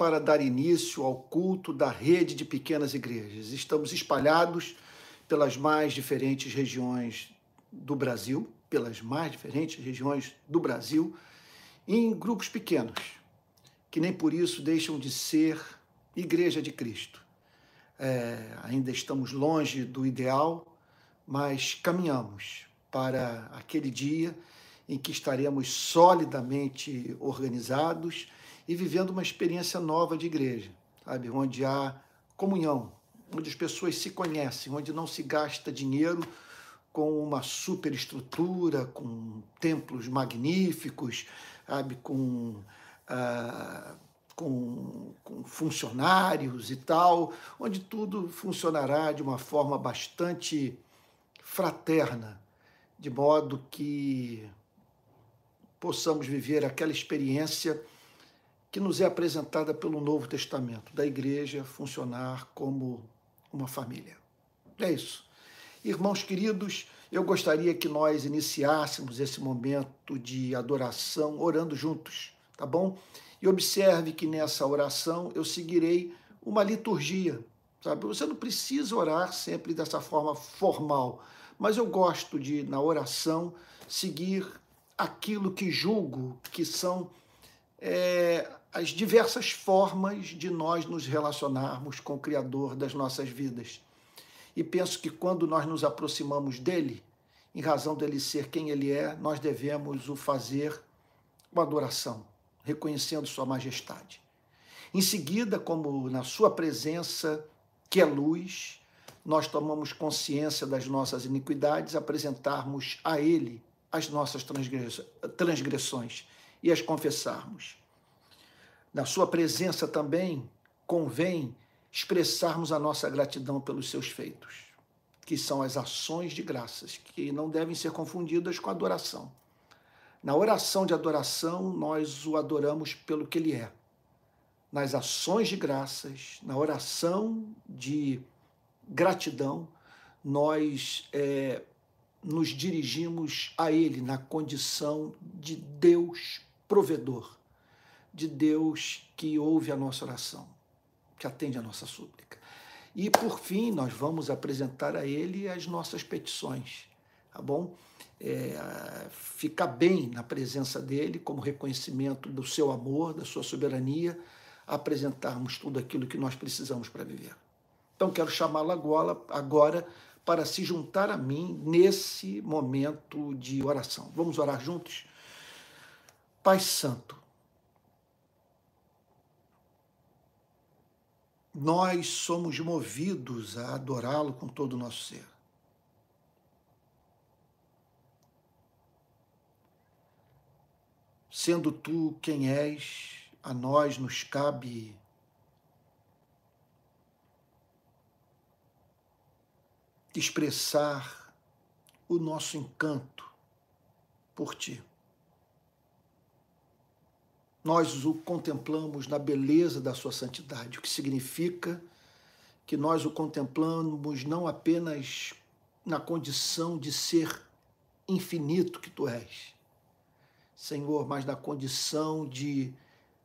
para dar início ao culto da rede de pequenas igrejas. Estamos espalhados pelas mais diferentes regiões do Brasil, em grupos pequenos, que nem por isso deixam de ser Igreja de Cristo. Ainda estamos longe do ideal, mas caminhamos para aquele dia em que estaremos solidamente organizados e vivendo uma experiência nova de igreja, sabe? Onde há comunhão, onde as pessoas se conhecem, onde não se gasta dinheiro com uma superestrutura, com templos magníficos, sabe? Com funcionários e tal, onde tudo funcionará de uma forma bastante fraterna, de modo que possamos viver aquela experiência que nos é apresentada pelo Novo Testamento, da igreja funcionar como uma família. É isso. Irmãos queridos, eu gostaria que nós iniciássemos esse momento de adoração orando juntos, tá bom? E observe que nessa oração eu seguirei uma liturgia, sabe? Você não precisa orar sempre dessa forma formal, mas eu gosto de, na oração, seguir aquilo que julgo que são as diversas formas de nós nos relacionarmos com o Criador das nossas vidas. E penso que quando nós nos aproximamos dele, em razão dele ser quem ele é, nós devemos o fazer com adoração, reconhecendo sua majestade. Em seguida, como na sua presença, que é luz, nós tomamos consciência das nossas iniquidades, apresentarmos a ele as nossas transgressões e as confessarmos. Na sua presença também convém expressarmos a nossa gratidão pelos seus feitos, que são as ações de graças, que não devem ser confundidas com adoração. Na oração de adoração, nós o adoramos pelo que ele é. Nas ações de graças, na oração de gratidão, nós nos dirigimos a ele na condição de Deus provedor, de Deus que ouve a nossa oração, que atende a nossa súplica. E, por fim, nós vamos apresentar a ele as nossas petições, tá bom? Ficar bem na presença dele, como reconhecimento do seu amor, da sua soberania, apresentarmos tudo aquilo que nós precisamos para viver. Então, quero chamá-lo agora para se juntar a mim nesse momento de oração. Vamos orar juntos? Pai Santo, nós somos movidos a adorá-lo com todo o nosso ser. Sendo tu quem és, a nós nos cabe expressar o nosso encanto por ti. Nós o contemplamos na beleza da sua santidade, o que significa que nós o contemplamos não apenas na condição de ser infinito que tu és, Senhor, mas na condição de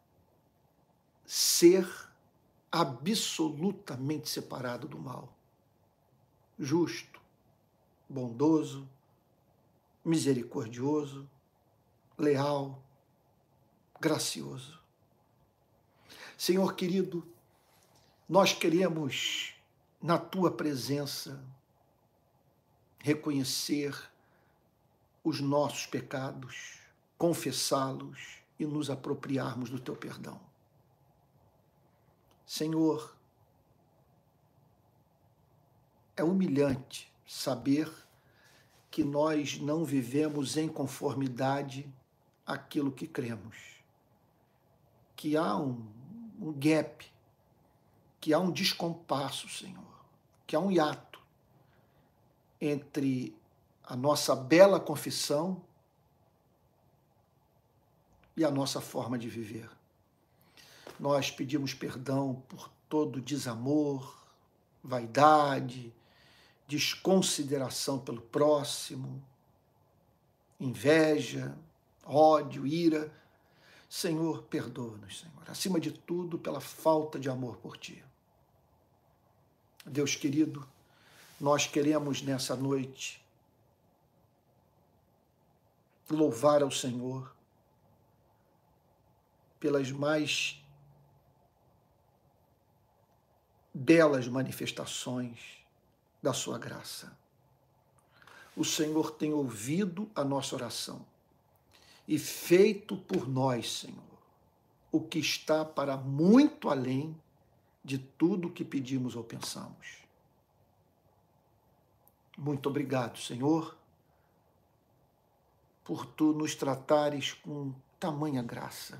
ser absolutamente separado do mal. Justo, bondoso, misericordioso, leal, gracioso. Senhor querido, nós queremos, na tua presença, reconhecer os nossos pecados, confessá-los e nos apropriarmos do teu perdão. Senhor, é humilhante saber que nós não vivemos em conformidade àquilo que cremos, que há um gap, que há um descompasso, Senhor, que há um hiato entre a nossa bela confissão e a nossa forma de viver. Nós pedimos perdão por todo desamor, vaidade, desconsideração pelo próximo, inveja, ódio, ira, Senhor, perdoa-nos, Senhor, acima de tudo, pela falta de amor por Ti. Deus querido, nós queremos nessa noite louvar ao Senhor pelas mais belas manifestações da sua graça. O Senhor tem ouvido a nossa oração e feito por nós, Senhor, o que está para muito além de tudo o que pedimos ou pensamos. Muito obrigado, Senhor, por Tu nos tratares com tamanha graça.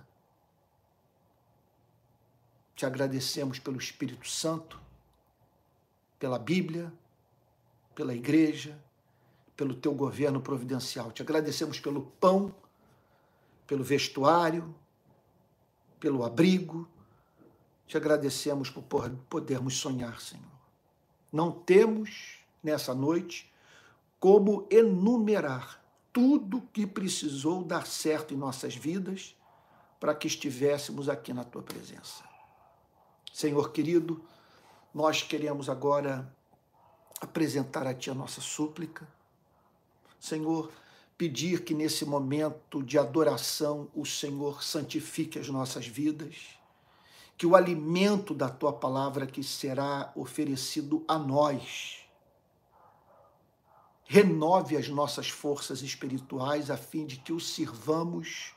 Te agradecemos pelo Espírito Santo, pela Bíblia, pela Igreja, pelo Teu governo providencial. Te agradecemos pelo pão, pelo vestuário, pelo abrigo. Te agradecemos por podermos sonhar, Senhor. Não temos, nessa noite, como enumerar tudo que precisou dar certo em nossas vidas para que estivéssemos aqui na Tua presença. Senhor querido, nós queremos agora apresentar a Ti a nossa súplica. Senhor, pedir que nesse momento de adoração o Senhor santifique as nossas vidas, que o alimento da Tua palavra que será oferecido a nós renove as nossas forças espirituais a fim de que o sirvamos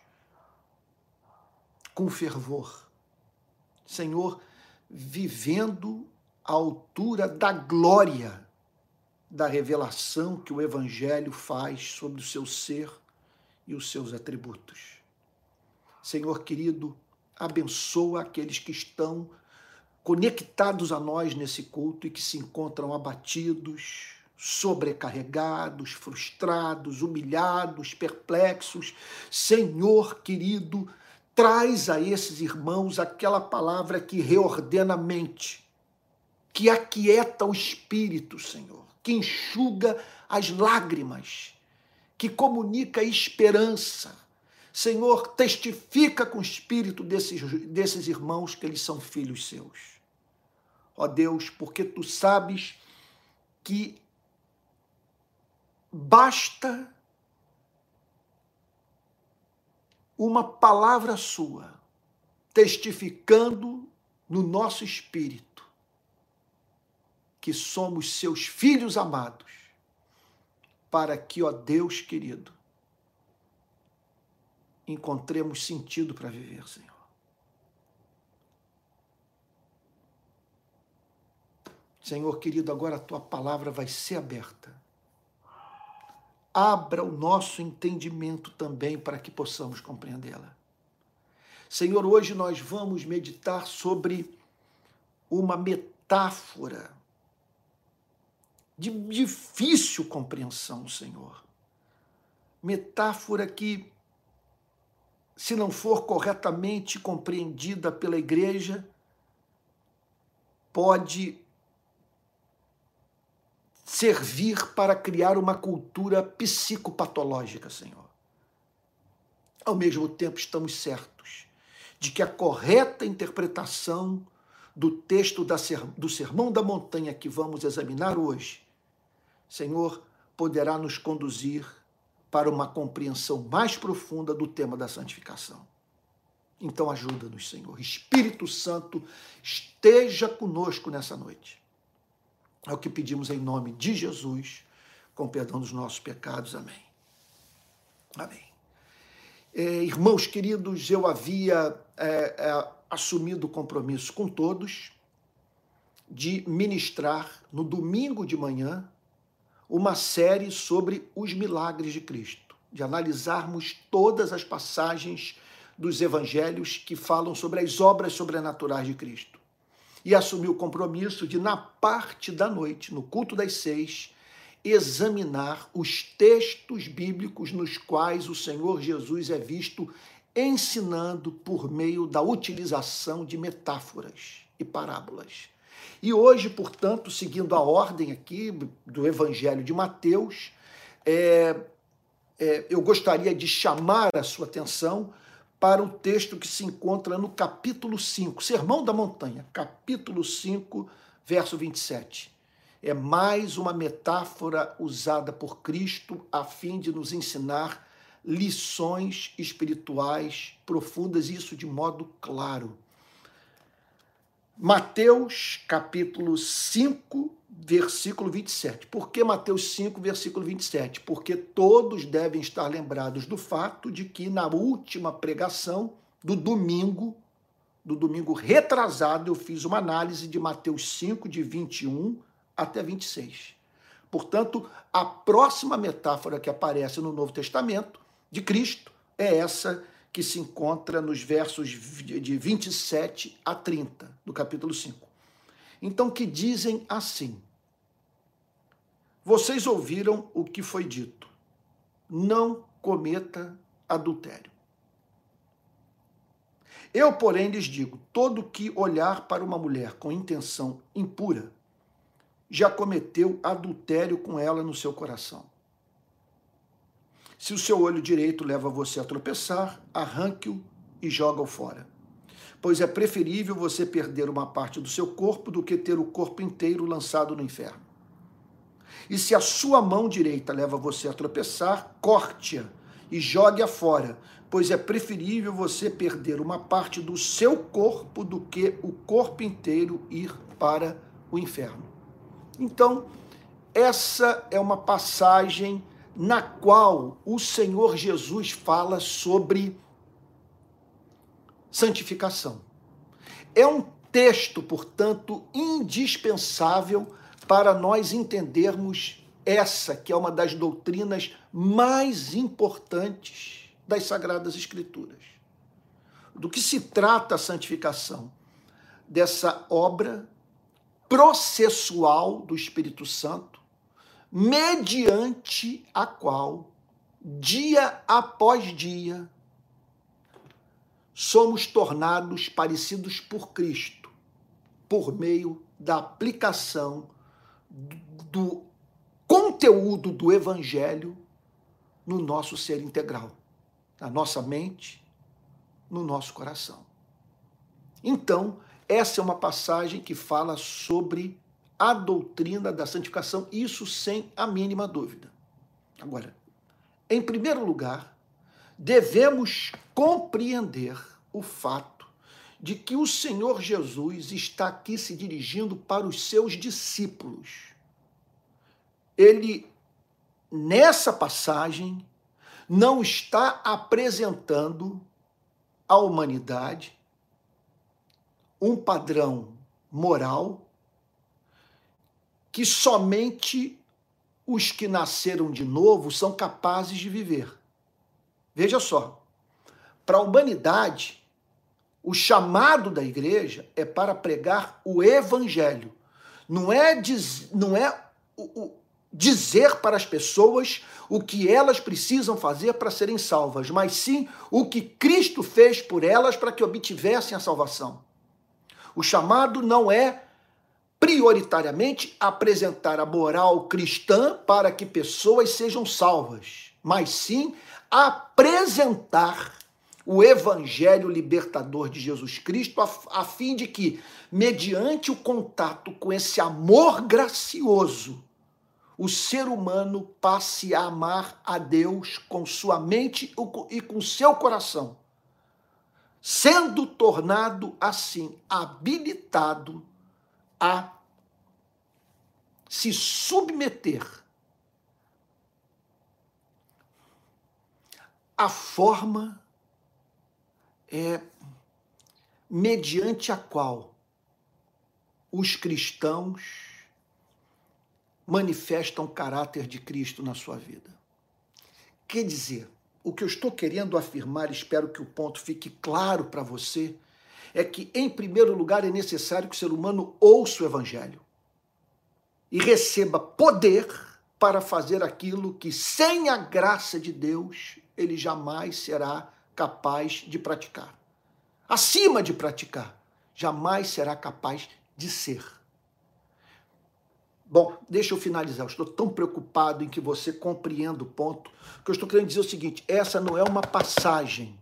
com fervor. Senhor, vivendo à altura da glória da revelação que o Evangelho faz sobre o seu ser e os seus atributos. Senhor querido, abençoa aqueles que estão conectados a nós nesse culto e que se encontram abatidos, sobrecarregados, frustrados, humilhados, perplexos. Senhor querido, traz a esses irmãos aquela palavra que reordena a mente, que aquieta o espírito, Senhor, que enxuga as lágrimas, que comunica esperança. Senhor, testifica com o espírito desses irmãos que eles são filhos seus. Ó Deus, porque Tu sabes que basta uma palavra Sua testificando no nosso espírito que somos Seus filhos amados, para que, ó Deus querido, encontremos sentido para viver, Senhor. Senhor querido, agora a Tua palavra vai ser aberta. Abra o nosso entendimento também para que possamos compreendê-la. Senhor, hoje nós vamos meditar sobre uma metáfora de difícil compreensão, Senhor. Metáfora que, se não for corretamente compreendida pela igreja, pode servir para criar uma cultura psicopatológica, Senhor. Ao mesmo tempo, estamos certos de que a correta interpretação do texto do Sermão da Montanha que vamos examinar hoje, Senhor, poderá nos conduzir para uma compreensão mais profunda do tema da santificação. Então ajuda-nos, Senhor. Espírito Santo, esteja conosco nessa noite. É o que pedimos em nome de Jesus, com perdão dos nossos pecados. Amém. Amém. Irmãos queridos, eu havia assumido o compromisso com todos de ministrar no domingo de manhã uma série sobre os milagres de Cristo, de analisarmos todas as passagens dos evangelhos que falam sobre as obras sobrenaturais de Cristo. E assumi o compromisso de, na parte da noite, no culto das 6, examinar os textos bíblicos nos quais o Senhor Jesus é visto ensinando por meio da utilização de metáforas e parábolas. E hoje, portanto, seguindo a ordem aqui do Evangelho de Mateus, eu gostaria de chamar a sua atenção para o texto que se encontra no capítulo 5, Sermão da Montanha, capítulo 5, verso 27. É mais uma metáfora usada por Cristo a fim de nos ensinar lições espirituais profundas, e isso de modo claro. Mateus, capítulo 5, versículo 27. Por que Mateus 5, versículo 27? Porque todos devem estar lembrados do fato de que na última pregação do domingo retrasado, eu fiz uma análise de Mateus 5, de 21 até 26. Portanto, a próxima metáfora que aparece no Novo Testamento de Cristo é essa que se encontra nos versos de 27 a 30 do capítulo 5. Então, que dizem assim: vocês ouviram o que foi dito, não cometa adultério. Eu, porém, lhes digo, todo que olhar para uma mulher com intenção impura, já cometeu adultério com ela no seu coração. Se o seu olho direito leva você a tropeçar, arranque-o e joga-o fora. Pois é preferível você perder uma parte do seu corpo do que ter o corpo inteiro lançado no inferno. E se a sua mão direita leva você a tropeçar, corte-a e jogue-a fora, pois é preferível você perder uma parte do seu corpo do que o corpo inteiro ir para o inferno. Então, essa é uma passagem na qual o Senhor Jesus fala sobre santificação. É um texto, portanto, indispensável para nós entendermos essa, que é uma das doutrinas mais importantes das Sagradas Escrituras. Do que se trata a santificação? Dessa obra processual do Espírito Santo, mediante a qual, dia após dia, somos tornados parecidos por Cristo, por meio da aplicação do conteúdo do Evangelho no nosso ser integral, na nossa mente, no nosso coração. Então, essa é uma passagem que fala sobre a doutrina da santificação, isso sem a mínima dúvida. Agora, em primeiro lugar, devemos compreender o fato de que o Senhor Jesus está aqui se dirigindo para os seus discípulos. Ele, nessa passagem, não está apresentando à humanidade um padrão moral que somente os que nasceram de novo são capazes de viver. Veja só, para a humanidade, o chamado da igreja é para pregar o evangelho. Não é dizer para as pessoas o que elas precisam fazer para serem salvas, mas sim o que Cristo fez por elas para que obtivessem a salvação. O chamado não é prioritariamente apresentar a moral cristã para que pessoas sejam salvas, mas sim apresentar o evangelho libertador de Jesus Cristo a fim de que, mediante o contato com esse amor gracioso, o ser humano passe a amar a Deus com sua mente e com seu coração, sendo tornado assim habilitado a se submeter à forma mediante a qual os cristãos manifestam o caráter de Cristo na sua vida. Quer dizer, o que eu estou querendo afirmar, espero que o ponto fique claro para você, é que, em primeiro lugar, é necessário que o ser humano ouça o evangelho e receba poder para fazer aquilo que, sem a graça de Deus, ele jamais será capaz de praticar. Acima de praticar, jamais será capaz de ser. Bom, deixa eu finalizar. Eu estou tão preocupado em que você compreenda o ponto, que eu estou querendo dizer o seguinte: essa não é uma passagem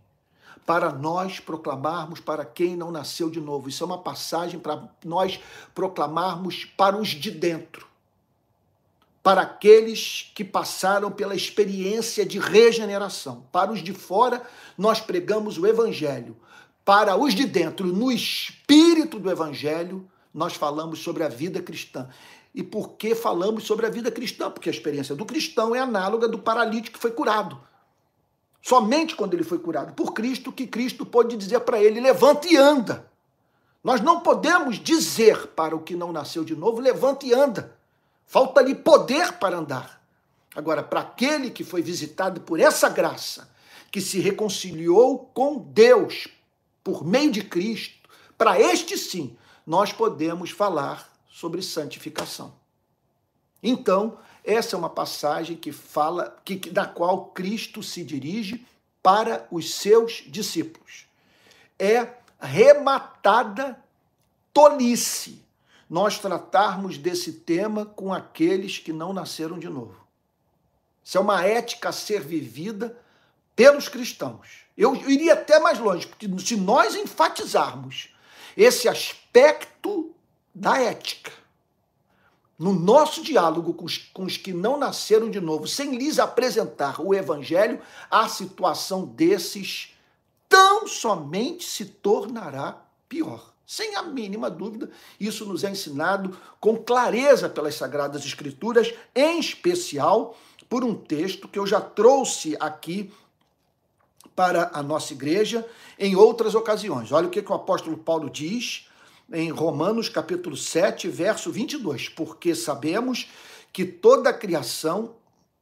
para nós proclamarmos para quem não nasceu de novo. Isso é uma passagem para nós proclamarmos para os de dentro, para aqueles que passaram pela experiência de regeneração. Para os de fora, nós pregamos o Evangelho. Para os de dentro, no espírito do Evangelho, nós falamos sobre a vida cristã. E por que falamos sobre a vida cristã? Porque a experiência do cristão é análoga do paralítico que foi curado. Somente quando ele foi curado por Cristo, que Cristo pôde dizer para ele, levanta e anda. Nós não podemos dizer para o que não nasceu de novo, levanta e anda. Falta-lhe poder para andar. Agora, para aquele que foi visitado por essa graça, que se reconciliou com Deus por meio de Cristo, para este sim, nós podemos falar sobre santificação. Então, essa é uma passagem que fala, da qual Cristo se dirige para os seus discípulos. É rematada tolice nós tratarmos desse tema com aqueles que não nasceram de novo. Isso é uma ética a ser vivida pelos cristãos. Eu iria até mais longe, porque se nós enfatizarmos esse aspecto da ética no nosso diálogo com os que não nasceram de novo, sem lhes apresentar o Evangelho, a situação desses tão somente se tornará pior. Sem a mínima dúvida, isso nos é ensinado com clareza pelas Sagradas Escrituras, em especial por um texto que eu já trouxe aqui para a nossa igreja em outras ocasiões. Olha o que o apóstolo Paulo diz em Romanos capítulo 7, verso 22. Porque sabemos que toda a criação...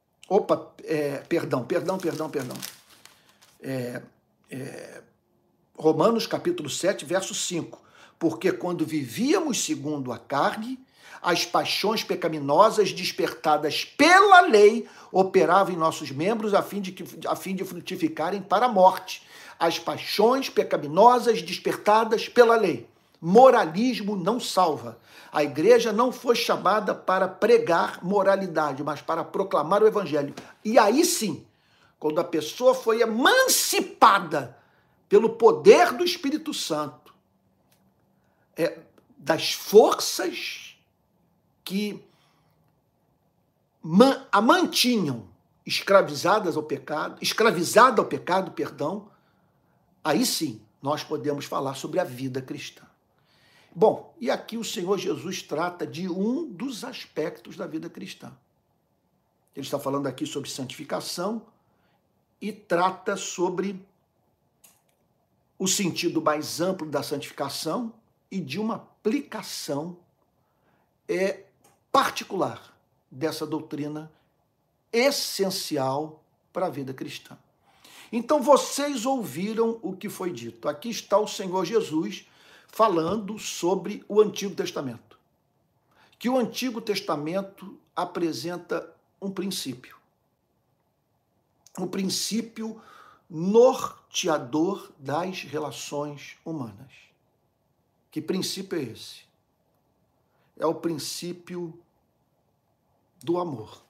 Romanos capítulo 7, verso 5. Porque quando vivíamos segundo a carne, as paixões pecaminosas despertadas pela lei operavam em nossos membros a fim de frutificarem para a morte. As paixões pecaminosas despertadas pela lei. Moralismo não salva. A igreja não foi chamada para pregar moralidade, mas para proclamar o Evangelho. E aí sim, quando a pessoa foi emancipada pelo poder do Espírito Santo, das forças que a mantinham escravizada ao pecado, aí sim nós podemos falar sobre a vida cristã. Bom, e aqui o Senhor Jesus trata de um dos aspectos da vida cristã. Ele está falando aqui sobre santificação e trata sobre o sentido mais amplo da santificação e de uma aplicação particular dessa doutrina essencial para a vida cristã. Então, vocês ouviram o que foi dito. Aqui está o Senhor Jesus falando sobre o Antigo Testamento. Que o Antigo Testamento apresenta um princípio norteador das relações humanas. Que princípio é esse? É o princípio do amor.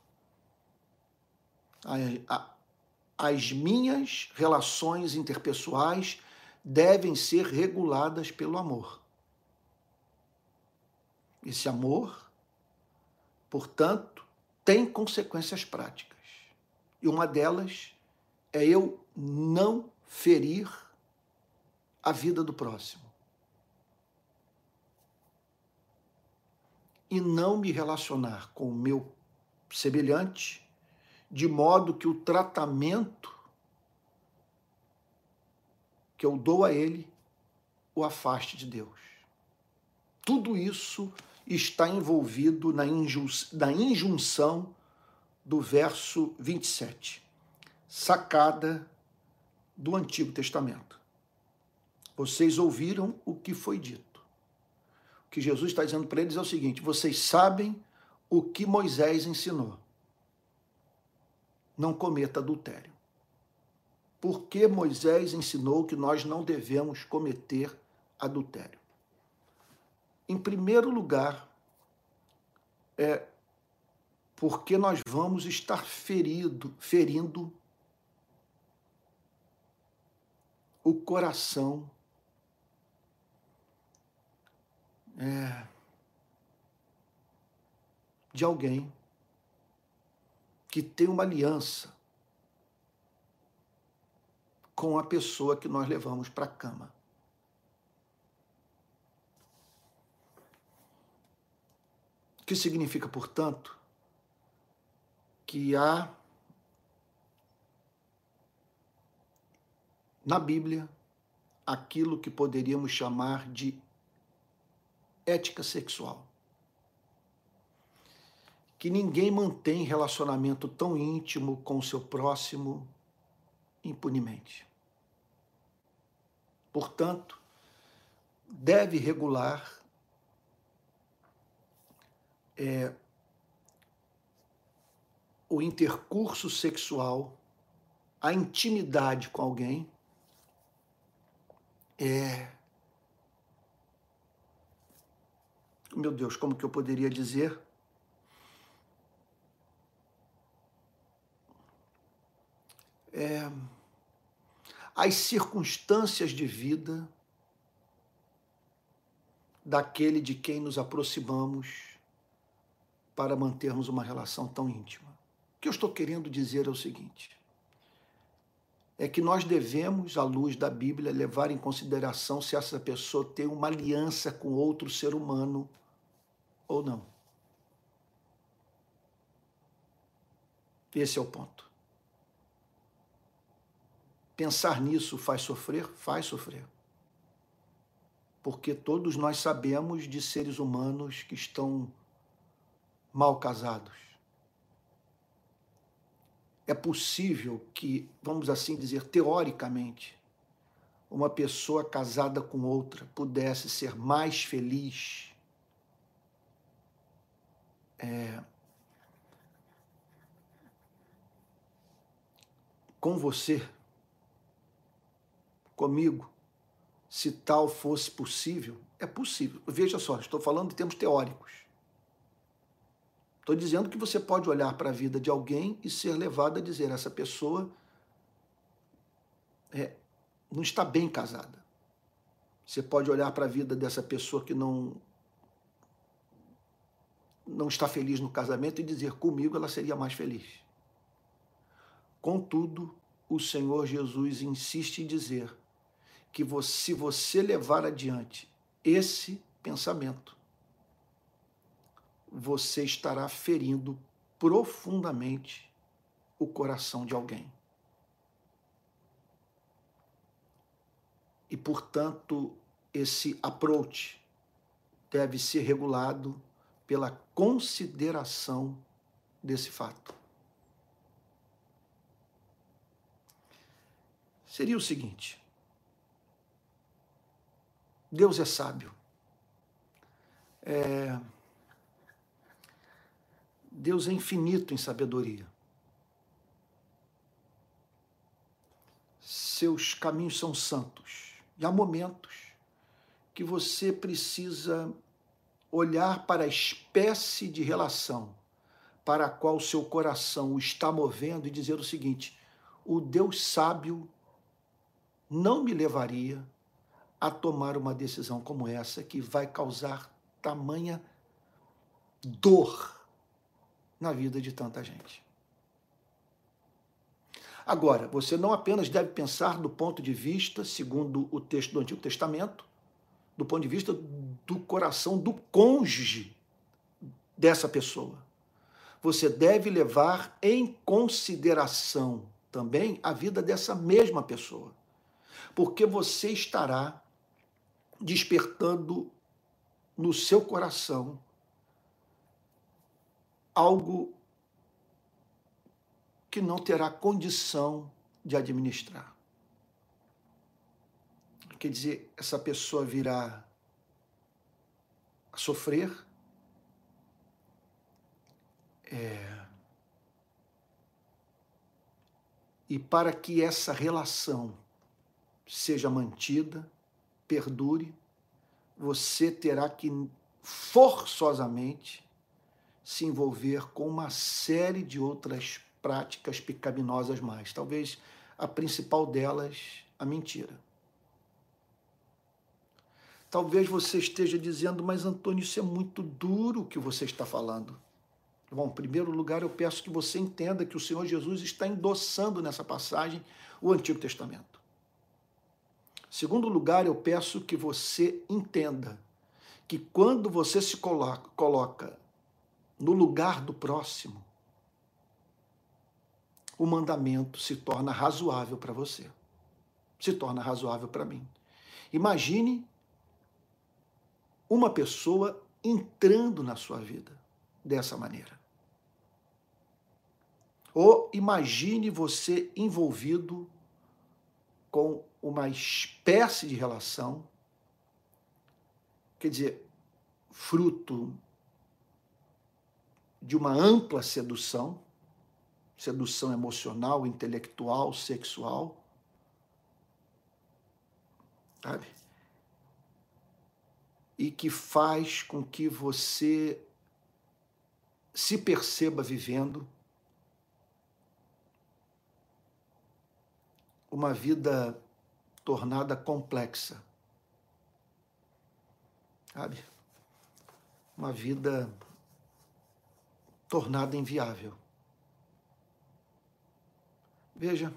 As minhas relações interpessoais devem ser reguladas pelo amor. Esse amor, portanto, tem consequências práticas. E uma delas é eu não ferir a vida do próximo. E não me relacionar com o meu semelhante, de modo que o tratamento que eu dou a ele o afaste de Deus. Tudo isso está envolvido na injunção do verso 27, sacada do Antigo Testamento. Vocês ouviram o que foi dito. O que Jesus está dizendo para eles é o seguinte: vocês sabem o que Moisés ensinou. Não cometa adultério. Por que Moisés ensinou que nós não devemos cometer adultério? Em primeiro lugar, porque nós vamos estar ferindo o coração de alguém que tem uma aliança com a pessoa que nós levamos para a cama. O que significa, portanto, que há na Bíblia aquilo que poderíamos chamar de ética sexual. Que ninguém mantém relacionamento tão íntimo com o seu próximo impunemente. Portanto, deve regular o intercurso sexual, a intimidade com alguém, meu Deus, como que eu poderia dizer? As circunstâncias de vida daquele de quem nos aproximamos para mantermos uma relação tão íntima. O que eu estou querendo dizer é o seguinte, é que nós devemos, à luz da Bíblia, levar em consideração se essa pessoa tem uma aliança com outro ser humano ou não. Esse é o ponto. Pensar nisso faz sofrer? Faz sofrer. Porque todos nós sabemos de seres humanos que estão mal casados. É possível que, vamos assim dizer, teoricamente, uma pessoa casada com outra pudesse ser mais feliz com você, comigo, se tal fosse possível. É possível. Veja só, estou falando em termos teóricos. Estou dizendo que você pode olhar para a vida de alguém e ser levado a dizer, essa pessoa não está bem casada. Você pode olhar para a vida dessa pessoa que não está feliz no casamento e dizer, comigo ela seria mais feliz. Contudo, o Senhor Jesus insiste em dizer que se você levar adiante esse pensamento, você estará ferindo profundamente o coração de alguém. E, portanto, esse approach deve ser regulado pela consideração desse fato. Seria o seguinte: Deus é sábio. Deus é infinito em sabedoria. Seus caminhos são santos. E há momentos que você precisa olhar para a espécie de relação para a qual o seu coração o está movendo e dizer o seguinte: o Deus sábio não me levaria a tomar uma decisão como essa que vai causar tamanha dor na vida de tanta gente. Agora, você não apenas deve pensar do ponto de vista, segundo o texto do Antigo Testamento, do ponto de vista do coração do cônjuge dessa pessoa. Você deve levar em consideração também a vida dessa mesma pessoa, porque você estará despertando no seu coração algo que não terá condição de administrar. Quer dizer, essa pessoa virá a sofrer, e para que essa relação seja mantida, perdure, você terá que forçosamente se envolver com uma série de outras práticas pecaminosas mais. Talvez a principal delas, a mentira. Talvez você esteja dizendo, mas Antônio, isso é muito duro o que você está falando. Bom, em primeiro lugar, eu peço que você entenda que o Senhor Jesus está endossando nessa passagem o Antigo Testamento. Em segundo lugar, eu peço que você entenda que quando você se coloca no lugar do próximo, o mandamento se torna razoável para você, se torna razoável para mim. Imagine uma pessoa entrando na sua vida dessa maneira. Ou imagine você envolvido com uma espécie de relação, quer dizer, fruto de uma ampla sedução, sedução emocional, intelectual, sexual, sabe? E que faz com que você se perceba vivendo uma vida tornada complexa, sabe? Uma vida tornada inviável. Veja,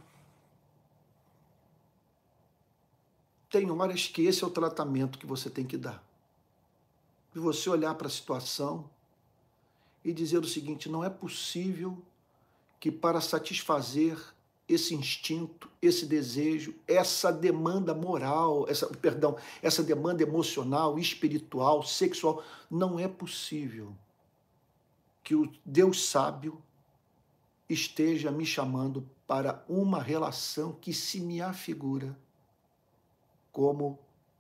tem horas que esse é o tratamento que você tem que dar. De você olhar para a situação e dizer o seguinte, não é possível que para satisfazer esse instinto, esse desejo, essa demanda moral, essa demanda emocional, espiritual, sexual, não é possível que o Deus sábio esteja me chamando para uma relação que se me afigura como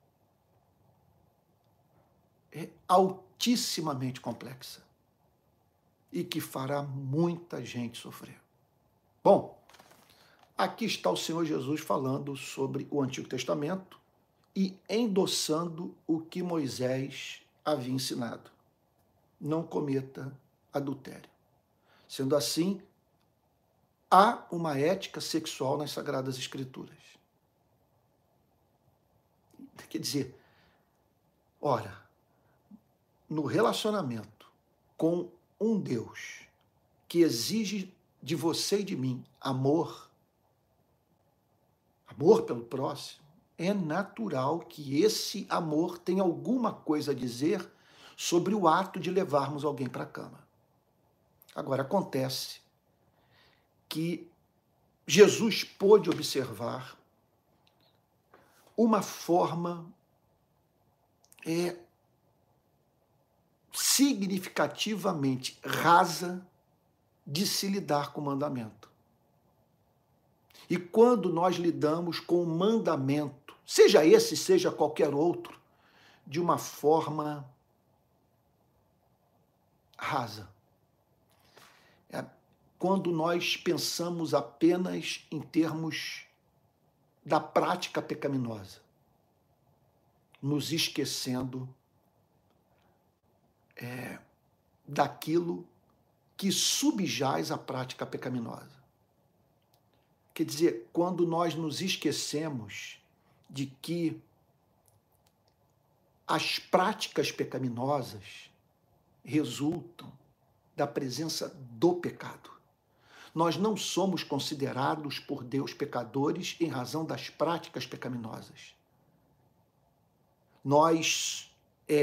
altissimamente complexa e que fará muita gente sofrer. Bom, aqui está o Senhor Jesus falando sobre o Antigo Testamento e endossando o que Moisés havia ensinado. Não cometa adultério. Sendo assim, há uma ética sexual nas Sagradas Escrituras. Quer dizer, ora, no relacionamento com um Deus que exige de você e de mim amor pelo próximo, é natural que esse amor tenha alguma coisa a dizer sobre o ato de levarmos alguém para a cama. Agora, acontece que Jesus pôde observar uma forma significativamente rasa de se lidar com o mandamento. E quando nós lidamos com o mandamento, seja esse, seja qualquer outro, de uma forma rasa, quando nós pensamos apenas em termos da prática pecaminosa, nos esquecendo daquilo que subjaz à prática pecaminosa. Quer dizer, quando nós nos esquecemos de que as práticas pecaminosas resultam da presença do pecado. Nós não somos considerados por Deus pecadores em razão das práticas pecaminosas. Nós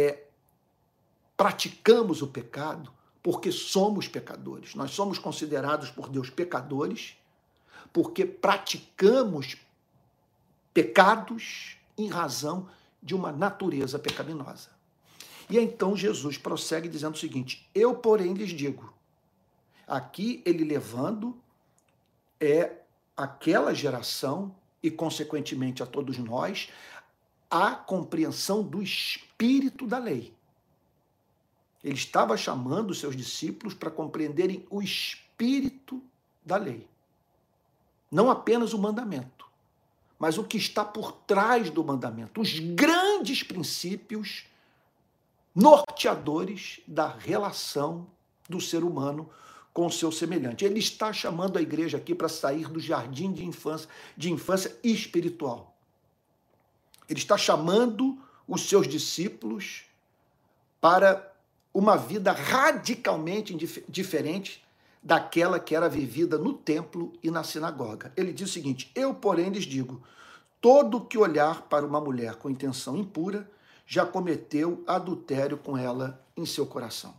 praticamos o pecado porque somos pecadores. Nós somos considerados por Deus pecadores porque praticamos pecados em razão de uma natureza pecaminosa. E então Jesus prossegue dizendo o seguinte, eu, porém, lhes digo, aqui ele levando aquela geração e, consequentemente, a todos nós, a compreensão do espírito da lei. Ele estava chamando os seus discípulos para compreenderem o espírito da lei. Não apenas o mandamento, mas o que está por trás do mandamento, os grandes princípios norteadores da relação do ser humano com o seu semelhante. Ele está chamando a igreja aqui para sair do jardim de infância espiritual. Ele está chamando os seus discípulos para uma vida radicalmente diferente daquela que era vivida no templo e na sinagoga. Ele diz o seguinte: eu, porém, lhes digo, todo que olhar para uma mulher com intenção impura já cometeu adultério com ela em seu coração.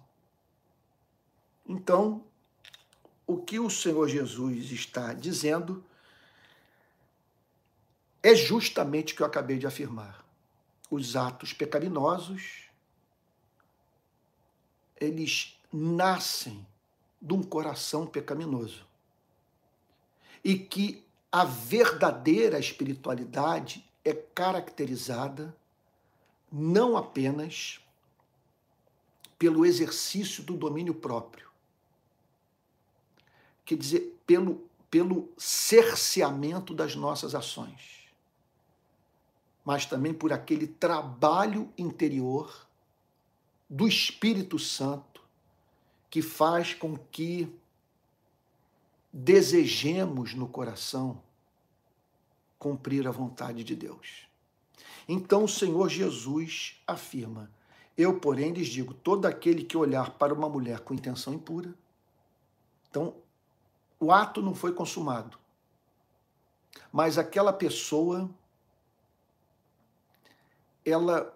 Então, o que o Senhor Jesus está dizendo é justamente o que eu acabei de afirmar. Os atos pecaminosos, eles nascem de um coração pecaminoso. E que a verdadeira espiritualidade é caracterizada não apenas pelo exercício do domínio próprio, quer dizer, pelo cerceamento das nossas ações, mas também por aquele trabalho interior do Espírito Santo que faz com que desejemos no coração cumprir a vontade de Deus. Então o Senhor Jesus afirma: eu, porém, lhes digo, todo aquele que olhar para uma mulher com intenção impura, então o ato não foi consumado, mas aquela pessoa, ela,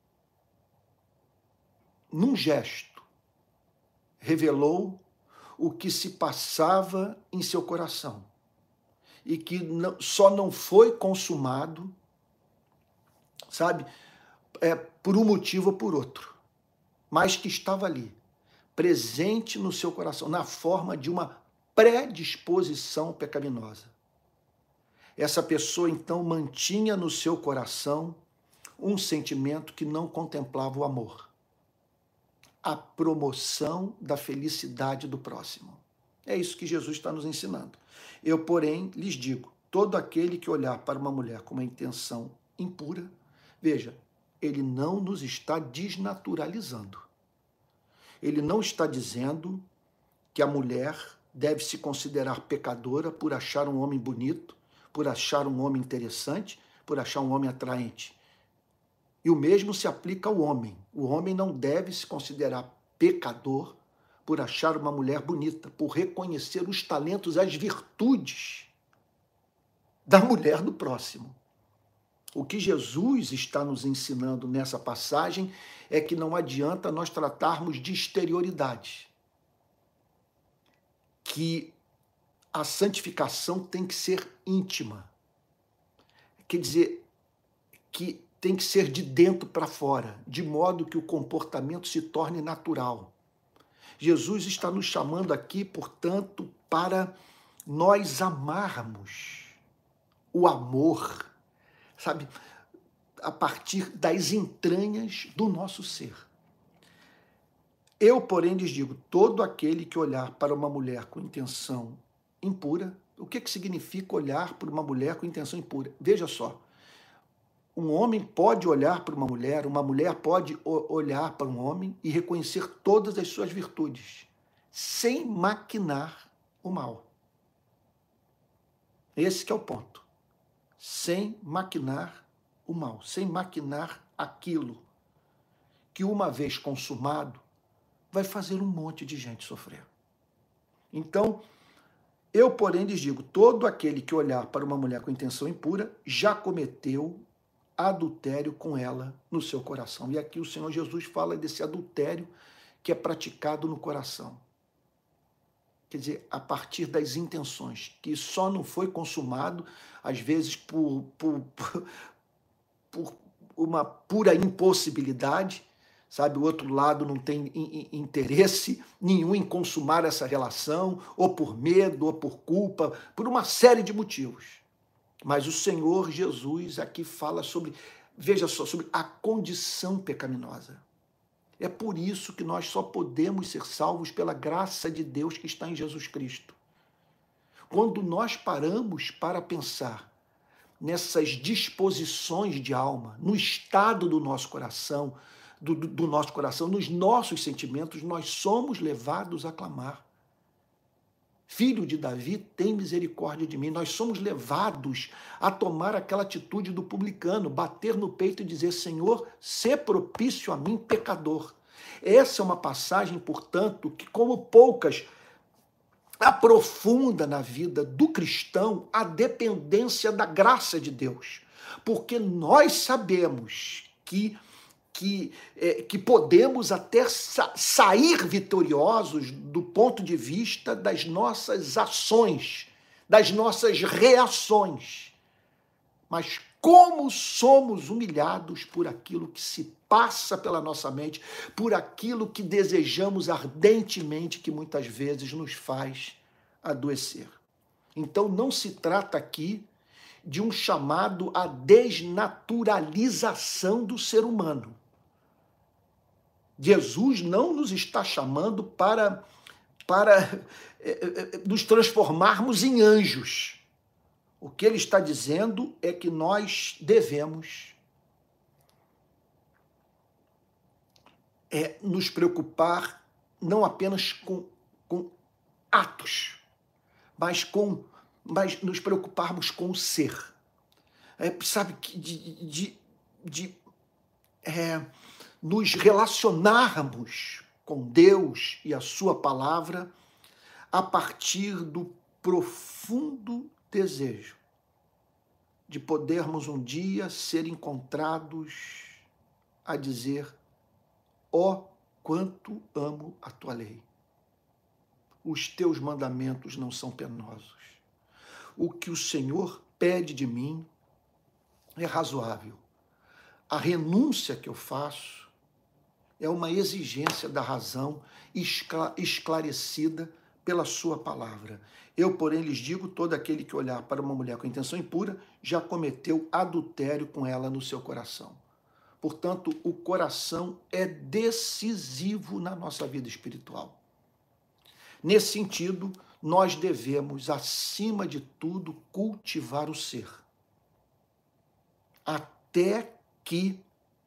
num gesto, revelou o que se passava em seu coração e que só não foi consumado, sabe, por um motivo ou por outro, mas que estava ali, presente no seu coração, na forma de uma predisposição pecaminosa. Essa pessoa, então, mantinha no seu coração um sentimento que não contemplava o amor, a promoção da felicidade do próximo. É isso que Jesus está nos ensinando. Eu, porém, lhes digo, todo aquele que olhar para uma mulher com uma intenção impura, veja, ele não nos está desnaturalizando. Ele não está dizendo que a mulher deve se considerar pecadora por achar um homem bonito, por achar um homem interessante, por achar um homem atraente. E o mesmo se aplica ao homem. O homem não deve se considerar pecador por achar uma mulher bonita, por reconhecer os talentos, as virtudes da mulher do próximo. O que Jesus está nos ensinando nessa passagem é que não adianta nós tratarmos de exterioridade, que a santificação tem que ser íntima, quer dizer, que tem que ser de dentro para fora, de modo que o comportamento se torne natural. Jesus está nos chamando aqui, portanto, para nós amarmos o amor, sabe, a partir das entranhas do nosso ser. Eu, porém, lhes digo, todo aquele que olhar para uma mulher com intenção impura, o que significa olhar para uma mulher com intenção impura? Veja só, um homem pode olhar para uma mulher pode olhar para um homem e reconhecer todas as suas virtudes, sem maquinar o mal. Esse que é o ponto. Sem maquinar o mal, sem maquinar aquilo que, uma vez consumado, vai fazer um monte de gente sofrer. Então, eu, porém, lhes digo, todo aquele que olhar para uma mulher com intenção impura já cometeu adultério com ela no seu coração. E aqui o Senhor Jesus fala desse adultério que é praticado no coração. Quer dizer, a partir das intenções, que só não foi consumado, às vezes, por uma pura impossibilidade, sabe? O outro lado não tem interesse nenhum em consumar essa relação, ou por medo, ou por culpa, por uma série de motivos. Mas o Senhor Jesus aqui fala sobre, veja só, sobre a condição pecaminosa. É por isso que nós só podemos ser salvos pela graça de Deus que está em Jesus Cristo. Quando nós paramos para pensar nessas disposições de alma, no estado do nosso coração, do nosso coração, nos nossos sentimentos, nós somos levados a clamar. Filho de Davi, tem misericórdia de mim. Nós somos levados a tomar aquela atitude do publicano, bater no peito e dizer, Senhor, sê propício a mim, pecador. Essa é uma passagem, portanto, que como poucas, aprofunda na vida do cristão a dependência da graça de Deus. Porque nós sabemos que podemos até sair vitoriosos do ponto de vista das nossas ações, das nossas reações. Mas como somos humilhados por aquilo que se passa pela nossa mente, por aquilo que desejamos ardentemente, que muitas vezes nos faz adoecer. Então não se trata aqui de um chamado à desnaturalização do ser humano. Jesus não nos está chamando para nos transformarmos em anjos. O que ele está dizendo é que nós devemos nos preocupar não apenas com atos, mas nos preocuparmos com o ser. Sabe, nos relacionarmos com Deus e a sua palavra a partir do profundo desejo de podermos um dia ser encontrados a dizer, ó, quanto amo a tua lei. Os teus mandamentos não são penosos. O que o Senhor pede de mim é razoável. A renúncia que eu faço é uma exigência da razão esclarecida pela sua palavra. Eu, porém, lhes digo, todo aquele que olhar para uma mulher com intenção impura já cometeu adultério com ela no seu coração. Portanto, o coração é decisivo na nossa vida espiritual. Nesse sentido, nós devemos, acima de tudo, cultivar o ser. Até que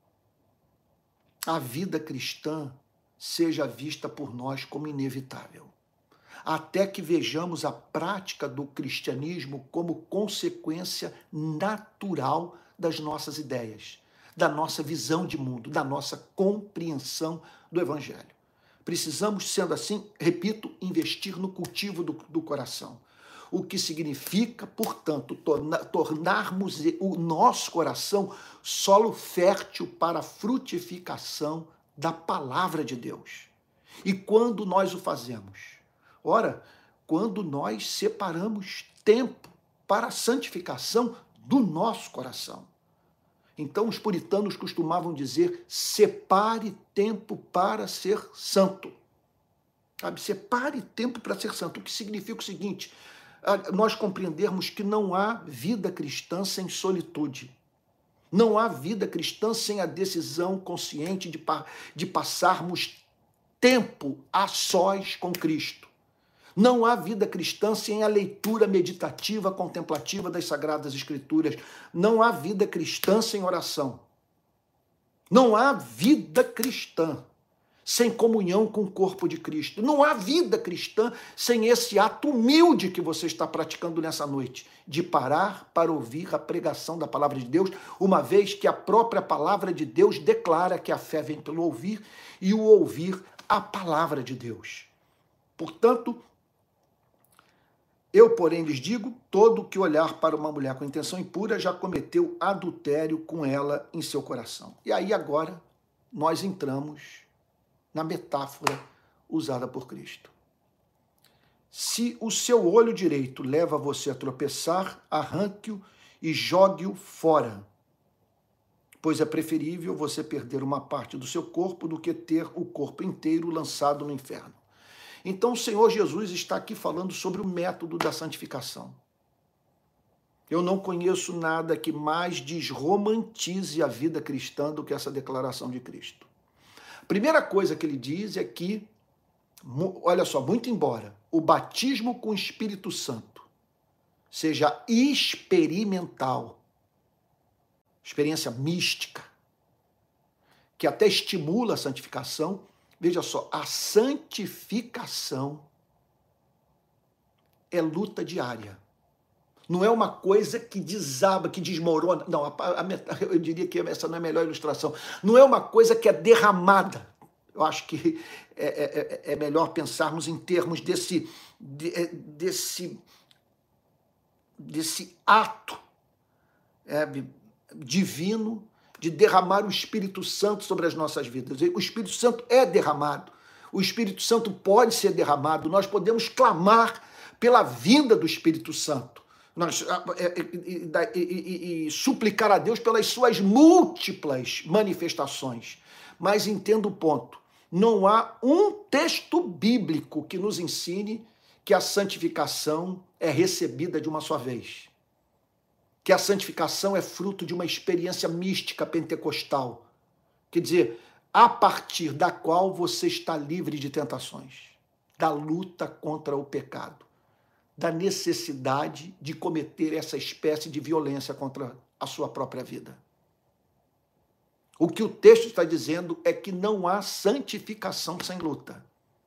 a vida cristã seja vista por nós como inevitável. Até que vejamos a prática do cristianismo como consequência natural das nossas ideias, da nossa visão de mundo, da nossa compreensão do Evangelho. Precisamos, sendo assim, repito, investir no cultivo do coração. O que significa, portanto, tornarmos o nosso coração solo fértil para a frutificação da palavra de Deus. E quando nós o fazemos? Ora, quando nós separamos tempo para a santificação do nosso coração. Então, os puritanos costumavam dizer, separe tempo para ser santo. Sabe? Separe tempo para ser santo, o que significa o seguinte, nós compreendermos que não há vida cristã sem solitude. Não há vida cristã sem a decisão consciente de passarmos tempo a sós com Cristo. Não há vida cristã sem a leitura meditativa, contemplativa das Sagradas Escrituras. Não há vida cristã sem oração. Não há vida cristã sem comunhão com o corpo de Cristo. Não há vida cristã sem esse ato humilde que você está praticando nessa noite, de parar para ouvir a pregação da palavra de Deus, uma vez que a própria palavra de Deus declara que a fé vem pelo ouvir e o ouvir a palavra de Deus. Portanto, eu, porém, lhes digo, todo que olhar para uma mulher com intenção impura já cometeu adultério com ela em seu coração. E aí agora nós entramos na metáfora usada por Cristo. Se o seu olho direito leva você a tropeçar, arranque-o e jogue-o fora, pois é preferível você perder uma parte do seu corpo do que ter o corpo inteiro lançado no inferno. Então o Senhor Jesus está aqui falando sobre o método da santificação. Eu não conheço nada que mais desromantize a vida cristã do que essa declaração de Cristo. A primeira coisa que ele diz é que, olha só, muito embora o batismo com o Espírito Santo seja experimental, experiência mística, que até estimula a santificação, veja só, a santificação é luta diária. Não é uma coisa que desaba, que desmorona. Não, eu diria que essa não é a melhor ilustração. Não é uma coisa que é derramada. Eu acho que é melhor pensarmos em termos desse ato divino de derramar o Espírito Santo sobre as nossas vidas. O Espírito Santo é derramado. O Espírito Santo pode ser derramado. Nós podemos clamar pela vinda do Espírito Santo. E suplicar a Deus pelas suas múltiplas manifestações. Mas entenda o ponto. Não há um texto bíblico que nos ensine que a santificação é recebida de uma só vez. Que a santificação é fruto de uma experiência mística pentecostal. Quer dizer, a partir da qual você está livre de tentações, da luta contra o pecado, da necessidade de cometer essa espécie de violência contra a sua própria vida. O que o texto está dizendo é que não há santificação sem luta.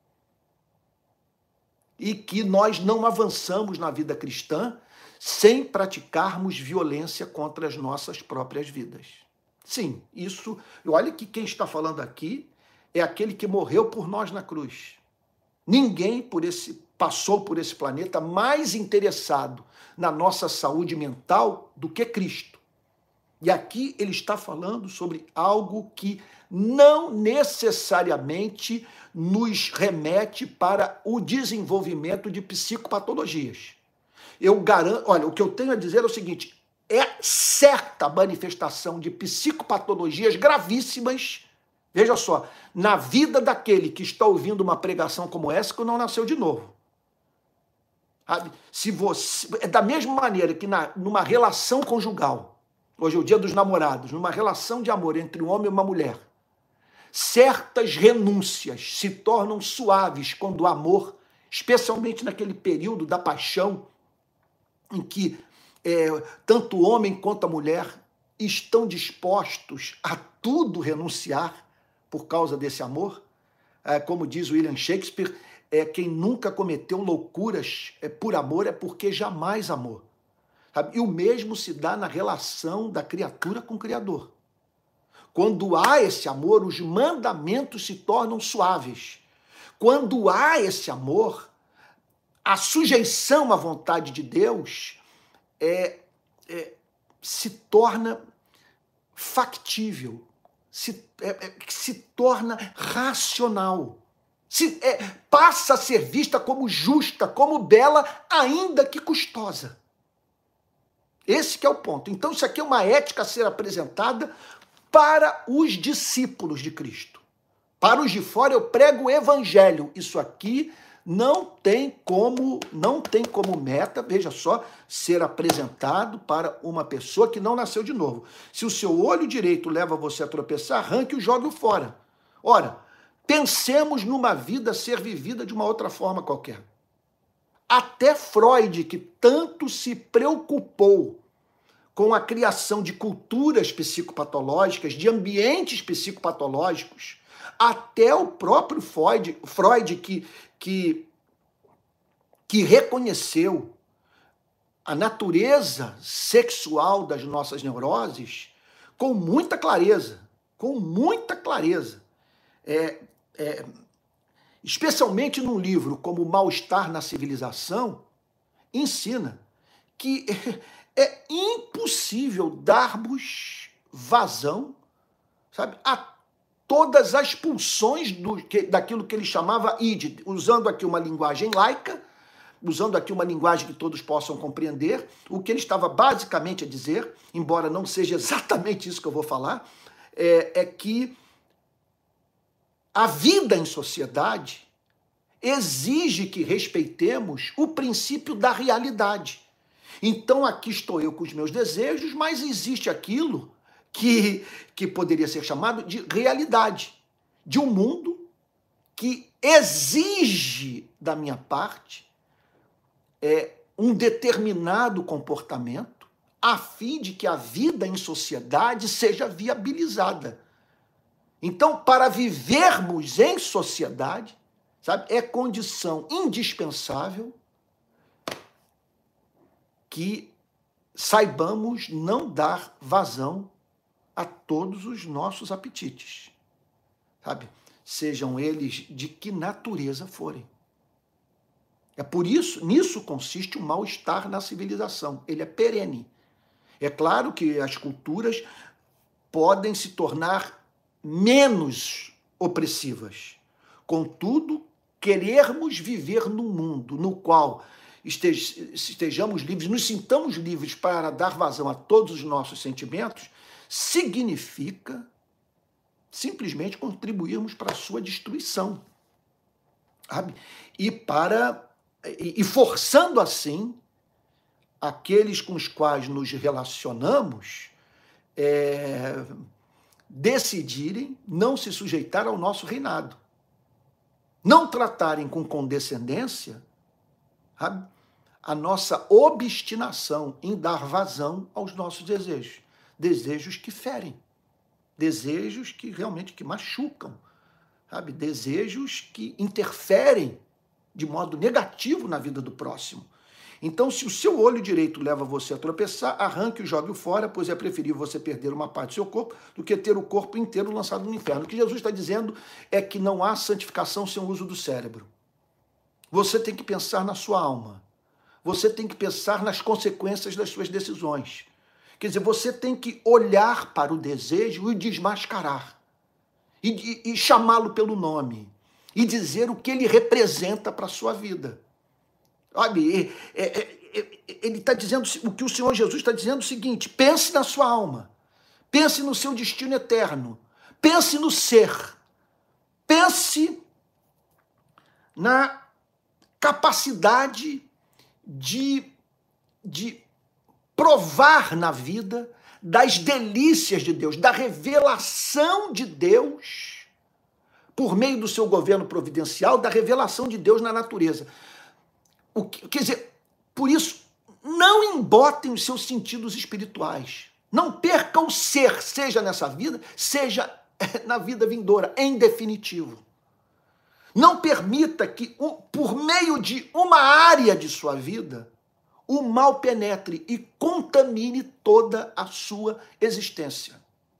E que nós não avançamos na vida cristã sem praticarmos violência contra as nossas próprias vidas. Sim, isso... Olha que quem está falando aqui é aquele que morreu por nós na cruz. Ninguém passou por esse planeta mais interessado na nossa saúde mental do que Cristo. E aqui ele está falando sobre algo que não necessariamente nos remete para o desenvolvimento de psicopatologias. Eu garanto, olha, o que eu tenho a dizer é o seguinte, é certa manifestação de psicopatologias gravíssimas, veja só, na vida daquele que está ouvindo uma pregação como essa que não nasceu de novo. Se você, é da mesma maneira que numa relação conjugal, hoje é o dia dos namorados, numa relação de amor entre um homem e uma mulher, certas renúncias se tornam suaves quando o amor, especialmente naquele período da paixão, em que tanto o homem quanto a mulher estão dispostos a tudo renunciar por causa desse amor. Como diz William Shakespeare, quem nunca cometeu loucuras por amor é porque jamais amou. Sabe? E o mesmo se dá na relação da criatura com o Criador. Quando há esse amor, os mandamentos se tornam suaves. Quando há esse amor, a sujeição à vontade de Deus se torna factível, se torna racional, passa a ser vista como justa, como bela, ainda que custosa. Esse que é o ponto. Então isso aqui é uma ética a ser apresentada para os discípulos de Cristo. Para os de fora eu prego o evangelho. Isso aqui não tem como meta, veja só, ser apresentado para uma pessoa que não nasceu de novo. Se o seu olho direito leva você a tropeçar, arranque e jogue-o fora. Ora, pensemos numa vida a ser vivida de uma outra forma qualquer. Até Freud, que tanto se preocupou com a criação de culturas psicopatológicas, de ambientes psicopatológicos, até o próprio Freud que reconheceu a natureza sexual das nossas neuroses com muita clareza, especialmente num livro como O Mal-Estar na Civilização, ensina que é impossível darmos vazão, sabe, a todas as pulsões daquilo que ele chamava id, usando aqui uma linguagem laica, usando aqui uma linguagem que todos possam compreender. O que ele estava basicamente a dizer, embora não seja exatamente isso que eu vou falar, é que a vida em sociedade exige que respeitemos o princípio da realidade. Então aqui estou eu com os meus desejos, mas existe aquilo que poderia ser chamado de realidade, de um mundo que exige da minha parte um determinado comportamento a fim de que a vida em sociedade seja viabilizada. Então, para vivermos em sociedade, sabe, é condição indispensável que saibamos não dar vazão a todos os nossos apetites, sabe? Sejam eles de que natureza forem. É por isso, nisso consiste o mal-estar na civilização. Ele é perene. É claro que as culturas podem se tornar menos opressivas. Contudo, querermos viver num mundo no qual estejamos livres, nos sintamos livres para dar vazão a todos os nossos sentimentos, significa simplesmente contribuirmos para a sua destruição, sabe? E forçando assim aqueles com os quais nos relacionamos decidirem não se sujeitar ao nosso reinado, não tratarem com condescendência, sabe, a nossa obstinação em dar vazão aos nossos desejos, desejos que ferem, desejos que realmente que machucam, sabe, desejos que interferem de modo negativo na vida do próximo. Então, se o seu olho direito leva você a tropeçar, arranque e jogue-o fora, pois é preferível você perder uma parte do seu corpo do que ter o corpo inteiro lançado no inferno. O que Jesus está dizendo é que não há santificação sem o uso do cérebro. Você tem que pensar na sua alma. Você tem que pensar nas consequências das suas decisões. Quer dizer, você tem que olhar para o desejo e desmascarar. E chamá-lo pelo nome. E dizer o que ele representa para a sua vida. Sabe, ele está dizendo, o que o Senhor Jesus está dizendo é o seguinte: pense na sua alma, pense no seu destino eterno, pense no ser, pense na capacidade de provar na vida das delícias de Deus, da revelação de Deus por meio do seu governo providencial, da revelação de Deus na natureza. Quer dizer, por isso, não embotem os seus sentidos espirituais. Não perca o ser, seja nessa vida, seja na vida vindoura, em definitivo. Não permita que, por meio de uma área de sua vida, o mal penetre e contamine toda a sua existência.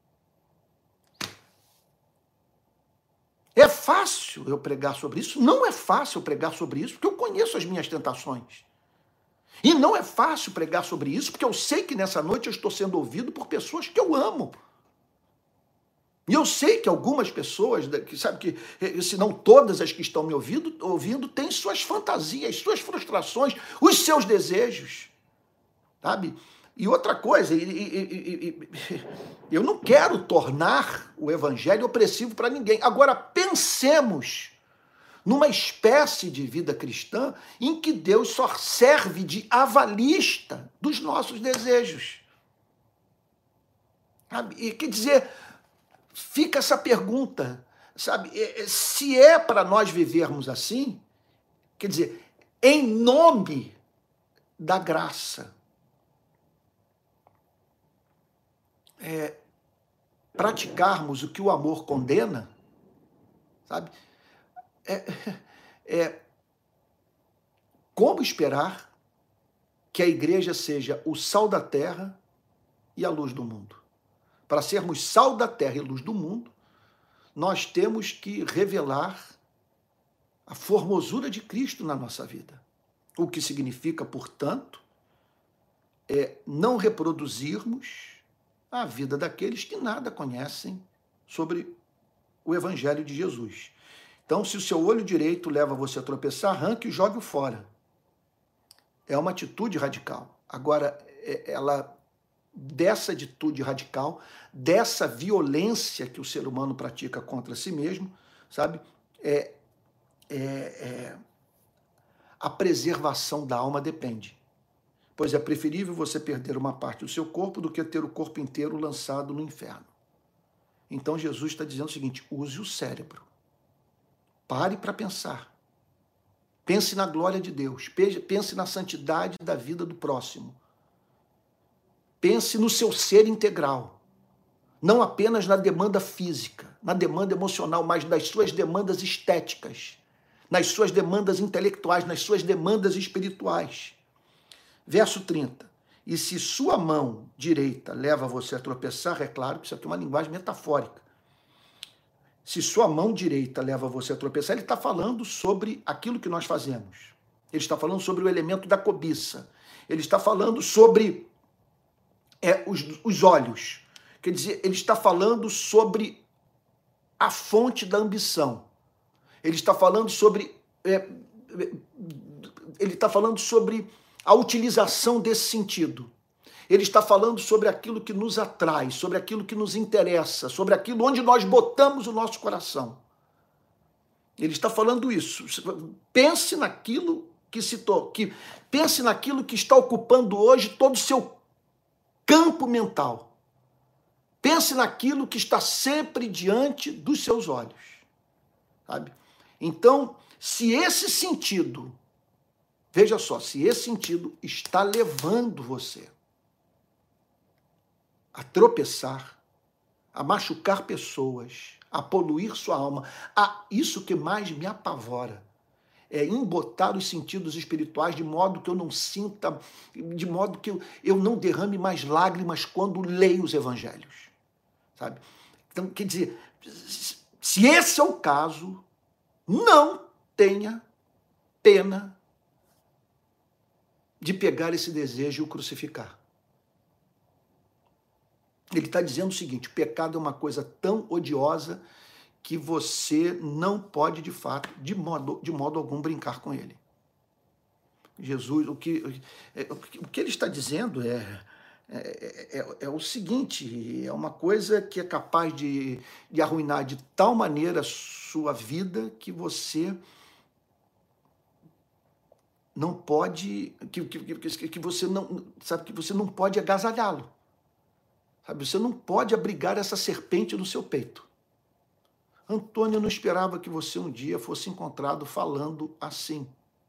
É fácil eu pregar sobre isso? Não é fácil eu pregar sobre isso, porque eu conheço as minhas tentações. E não é fácil pregar sobre isso, porque eu sei que nessa noite eu estou sendo ouvido por pessoas que eu amo. E eu sei que algumas pessoas, que sabe que, se não todas as que estão me ouvindo, têm suas fantasias, suas frustrações, os seus desejos, sabe? E outra coisa, eu não quero tornar o evangelho opressivo para ninguém. Agora, pensemos numa espécie de vida cristã em que Deus só serve de avalista dos nossos desejos. Sabe? E, quer dizer, fica essa pergunta, sabe? Se é para nós vivermos assim, quer dizer, em nome da graça, praticarmos o que o amor condena, sabe? Como esperar que a igreja seja o sal da terra e a luz do mundo? Para sermos sal da terra e luz do mundo, nós temos que revelar a formosura de Cristo na nossa vida. O que significa, portanto, não reproduzirmos a vida daqueles que nada conhecem sobre o Evangelho de Jesus. Então, se o seu olho direito leva você a tropeçar, arranque e jogue-o fora. É uma atitude radical. Agora, dessa atitude radical, dessa violência que o ser humano pratica contra si mesmo, sabe, a preservação da alma depende. Pois é preferível você perder uma parte do seu corpo do que ter o corpo inteiro lançado no inferno. Então Jesus está dizendo o seguinte: use o cérebro. Pare para pensar. Pense na glória de Deus. Pense na santidade da vida do próximo. Pense no seu ser integral. Não apenas na demanda física, na demanda emocional, mas nas suas demandas estéticas, nas suas demandas intelectuais, nas suas demandas espirituais. Verso 30. E se sua mão direita leva você a tropeçar, é claro que isso aqui é uma linguagem metafórica. Se sua mão direita leva você a tropeçar, ele está falando sobre aquilo que nós fazemos. Ele está falando sobre o elemento da cobiça. Ele está falando sobre os olhos. Quer dizer, ele está falando sobre a fonte da ambição. Ele está falando sobre a utilização desse sentido. Ele está falando sobre aquilo que nos atrai, sobre aquilo que nos interessa, sobre aquilo onde nós botamos o nosso coração. Ele está falando isso. Pense naquilo pense naquilo que está ocupando hoje todo o seu campo mental. Pense naquilo que está sempre diante dos seus olhos. Sabe? Então, se esse sentido, veja só, se esse sentido está levando você a tropeçar, a machucar pessoas, a poluir sua alma, isso que mais me apavora é embotar os sentidos espirituais de modo que eu não sinta, de modo que eu não derrame mais lágrimas quando leio os evangelhos, sabe? Então, quer dizer, se esse é o caso, não tenha pena de pegar esse desejo e o crucificar. Ele está dizendo o seguinte: o pecado é uma coisa tão odiosa que você não pode, de fato, de modo algum, brincar com ele. Jesus, o que ele está dizendo é o seguinte: é uma coisa que é capaz de arruinar de tal maneira a sua vida que você não pode, que você não, sabe, que você não pode agasalhá-lo. Sabe, você não pode abrigar essa serpente no seu peito. Antônio, eu não esperava que você um dia fosse encontrado falando assim.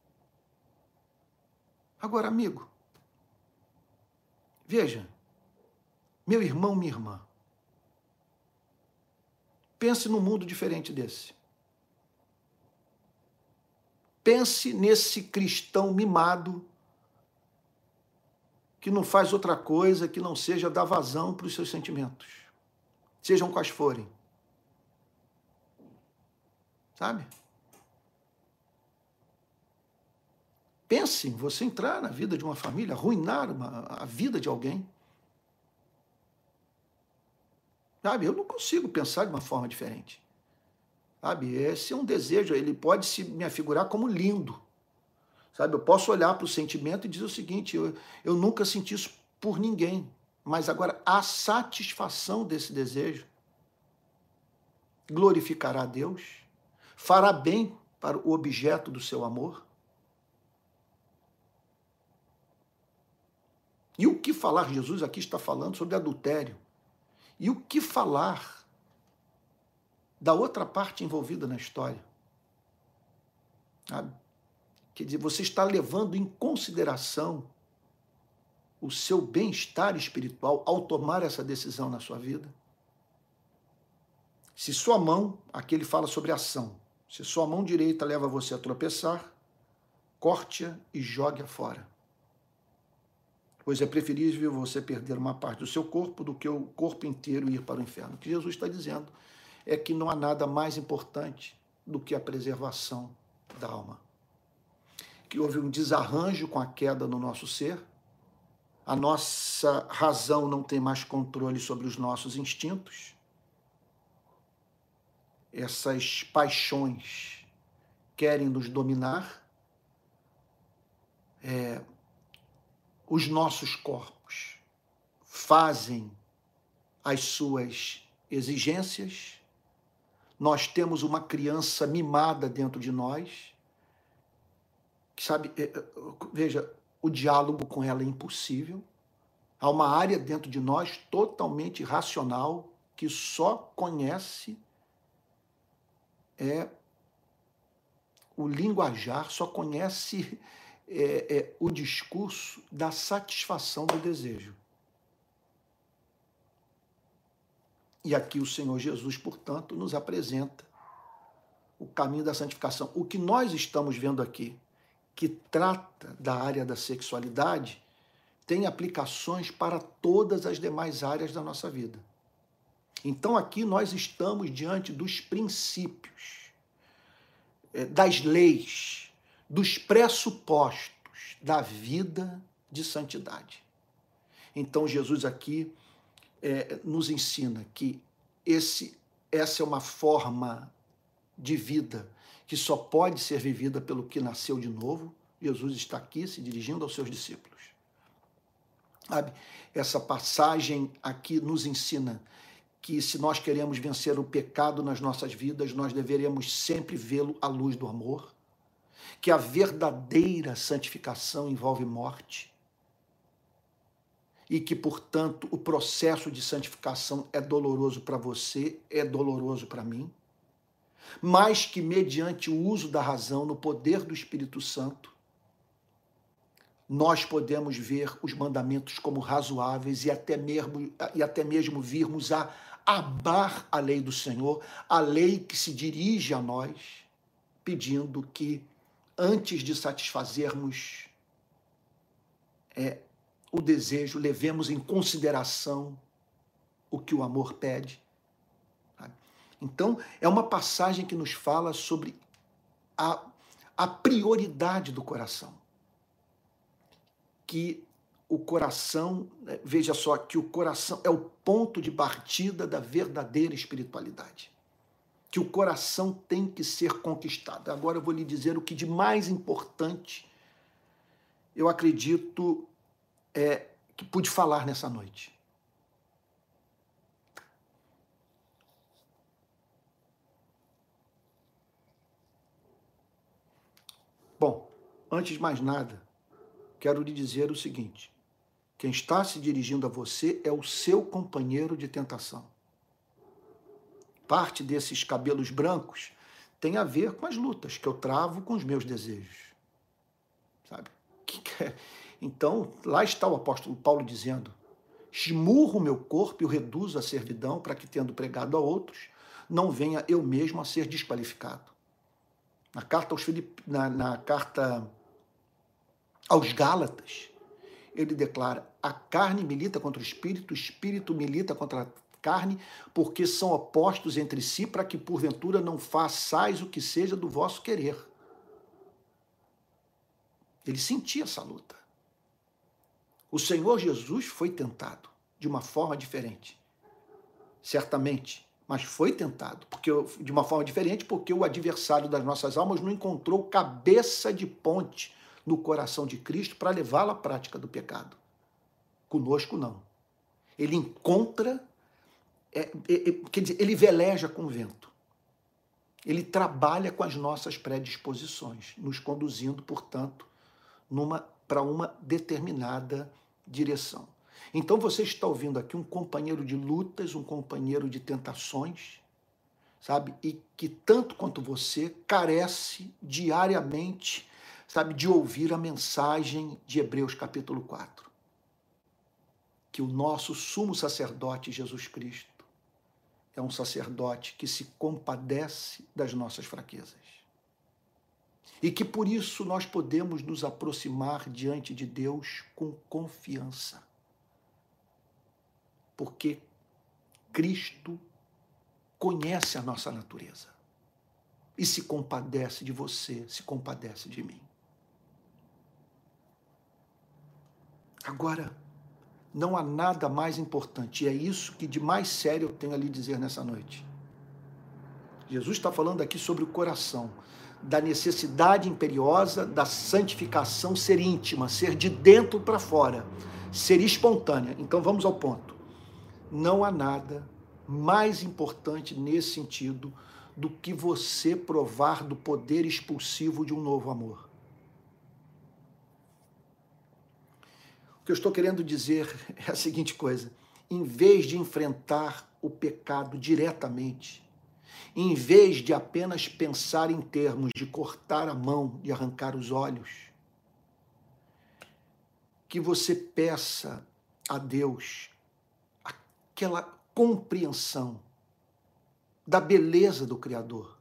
Agora, amigo, veja, meu irmão, minha irmã, pense num mundo diferente desse. Pense nesse cristão mimado que não faz outra coisa que não seja dar vazão para os seus sentimentos, sejam quais forem. Sabe? Pense em você entrar na vida de uma família, arruinar a vida de alguém. Sabe? Eu não consigo pensar de uma forma diferente. Sabe? Esse é um desejo, ele pode se me afigurar como lindo. Sabe? Eu posso olhar para o sentimento e dizer o seguinte: eu nunca senti isso por ninguém, mas agora a satisfação desse desejo glorificará a Deus, fará bem para o objeto do seu amor. E o que falar? Jesus aqui está falando sobre adultério. E o que falar da outra parte envolvida na história? Sabe? Quer dizer, você está levando em consideração o seu bem-estar espiritual ao tomar essa decisão na sua vida? Se sua mão, aqui ele fala sobre ação, se sua mão direita leva você a tropeçar, corte-a e jogue-a fora. Pois é preferível você perder uma parte do seu corpo do que o corpo inteiro ir para o inferno. O que Jesus está dizendo é que não há nada mais importante do que a preservação da alma. Que houve um desarranjo com a queda no nosso ser, a nossa razão não tem mais controle sobre os nossos instintos, essas paixões querem nos dominar, os nossos corpos fazem as suas exigências, nós temos uma criança mimada dentro de nós, que sabe, veja, o diálogo com ela é impossível, há uma área dentro de nós totalmente irracional que só conhece o linguajar, só conhece o discurso da satisfação do desejo. E aqui o Senhor Jesus, portanto, nos apresenta o caminho da santificação. O que nós estamos vendo aqui, que trata da área da sexualidade, tem aplicações para todas as demais áreas da nossa vida. Então aqui nós estamos diante dos princípios, das leis, dos pressupostos da vida de santidade. Então Jesus aqui nos ensina que essa é uma forma de vida que só pode ser vivida pelo que nasceu de novo. Jesus está aqui se dirigindo aos seus discípulos. Sabe? Essa passagem aqui nos ensina que se nós queremos vencer o pecado nas nossas vidas, nós deveremos sempre vê-lo à luz do amor, que a verdadeira santificação envolve morte e que, portanto, o processo de santificação é doloroso para você, é doloroso para mim, mas que mediante o uso da razão, no poder do Espírito Santo, nós podemos ver os mandamentos como razoáveis e até mesmo virmos a amar a lei do Senhor, a lei que se dirige a nós, pedindo que, antes de satisfazermos o desejo, levemos em consideração o que o amor pede. Então, é uma passagem que nos fala sobre a prioridade do coração. Que o coração, veja só, que o coração é o ponto de partida da verdadeira espiritualidade. Que o coração tem que ser conquistado. Agora eu vou lhe dizer o que de mais importante eu acredito que pude falar nessa noite. Bom, antes de mais nada, quero lhe dizer o seguinte: quem está se dirigindo a você é o seu companheiro de tentação. Parte desses cabelos brancos tem a ver com as lutas que eu travo com os meus desejos. Sabe? Então, lá está o apóstolo Paulo dizendo: esmurro o meu corpo e o reduzo à servidão, para que, tendo pregado a outros, não venha eu mesmo a ser desqualificado. Na carta aos Gálatas, ele declara: a carne milita contra o espírito milita contra a carne, porque são opostos entre si, para que porventura não façais o que seja do vosso querer. Ele sentia essa luta. O Senhor Jesus foi tentado de uma forma diferente, certamente, mas foi tentado de uma forma diferente, porque o adversário das nossas almas não encontrou cabeça de ponte no coração de Cristo para levá-lo à prática do pecado. Conosco, não. Ele encontra, quer dizer, ele veleja com o vento. Ele trabalha com as nossas predisposições, nos conduzindo, portanto, para uma determinada direção. Então você está ouvindo aqui um companheiro de lutas, um companheiro de tentações, sabe? E que tanto quanto você carece diariamente, sabe, de ouvir a mensagem de Hebreus capítulo 4. Que o nosso sumo sacerdote Jesus Cristo é um sacerdote que se compadece das nossas fraquezas. E que por isso nós podemos nos aproximar diante de Deus com confiança. Porque Cristo conhece a nossa natureza e se compadece de você, se compadece de mim. Agora, não há nada mais importante, e é isso que de mais sério eu tenho a lhe dizer nessa noite. Jesus está falando aqui sobre o coração, da necessidade imperiosa da santificação ser íntima, ser de dentro para fora, ser espontânea. Então vamos ao ponto. Não há nada mais importante nesse sentido do que você provar do poder expulsivo de um novo amor. O que eu estou querendo dizer é a seguinte coisa: em vez de enfrentar o pecado diretamente, em vez de apenas pensar em termos de cortar a mão e arrancar os olhos, que você peça a Deus aquela compreensão da beleza do Criador,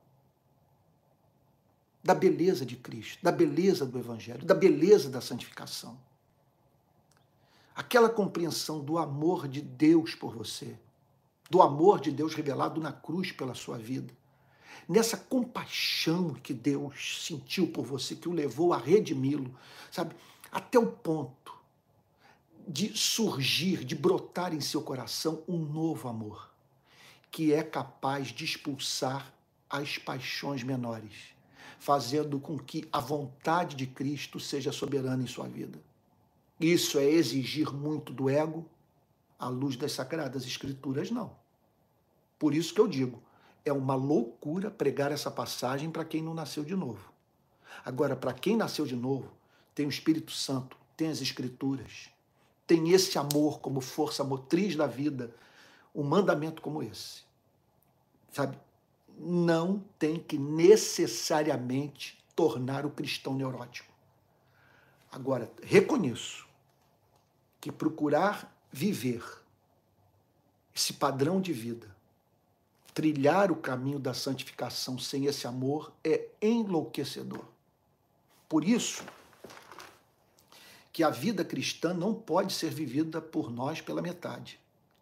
da beleza de Cristo, da beleza do Evangelho, da beleza da santificação. aquela compreensão do amor de Deus por você, do amor de Deus revelado na cruz pela sua vida, nessa compaixão que Deus sentiu por você, que o levou a redimi-lo, sabe, até o ponto de surgir, de brotar em seu coração um novo amor, que é capaz de expulsar as paixões menores, fazendo com que a vontade de Cristo seja soberana em sua vida. Isso é exigir muito do ego, à luz das Sagradas Escrituras, não. Por isso que eu digo, é uma loucura pregar essa passagem para quem não nasceu de novo. Agora, para quem nasceu de novo, tem o Espírito Santo, tem as Escrituras, tem esse amor como força motriz da vida, um mandamento como esse, sabe? Não tem que necessariamente tornar o cristão neurótico. Agora, reconheço que procurar viver esse padrão de vida, trilhar o caminho da santificação sem esse amor é enlouquecedor. Por isso que a vida cristã não pode ser vivida por nós pela metade.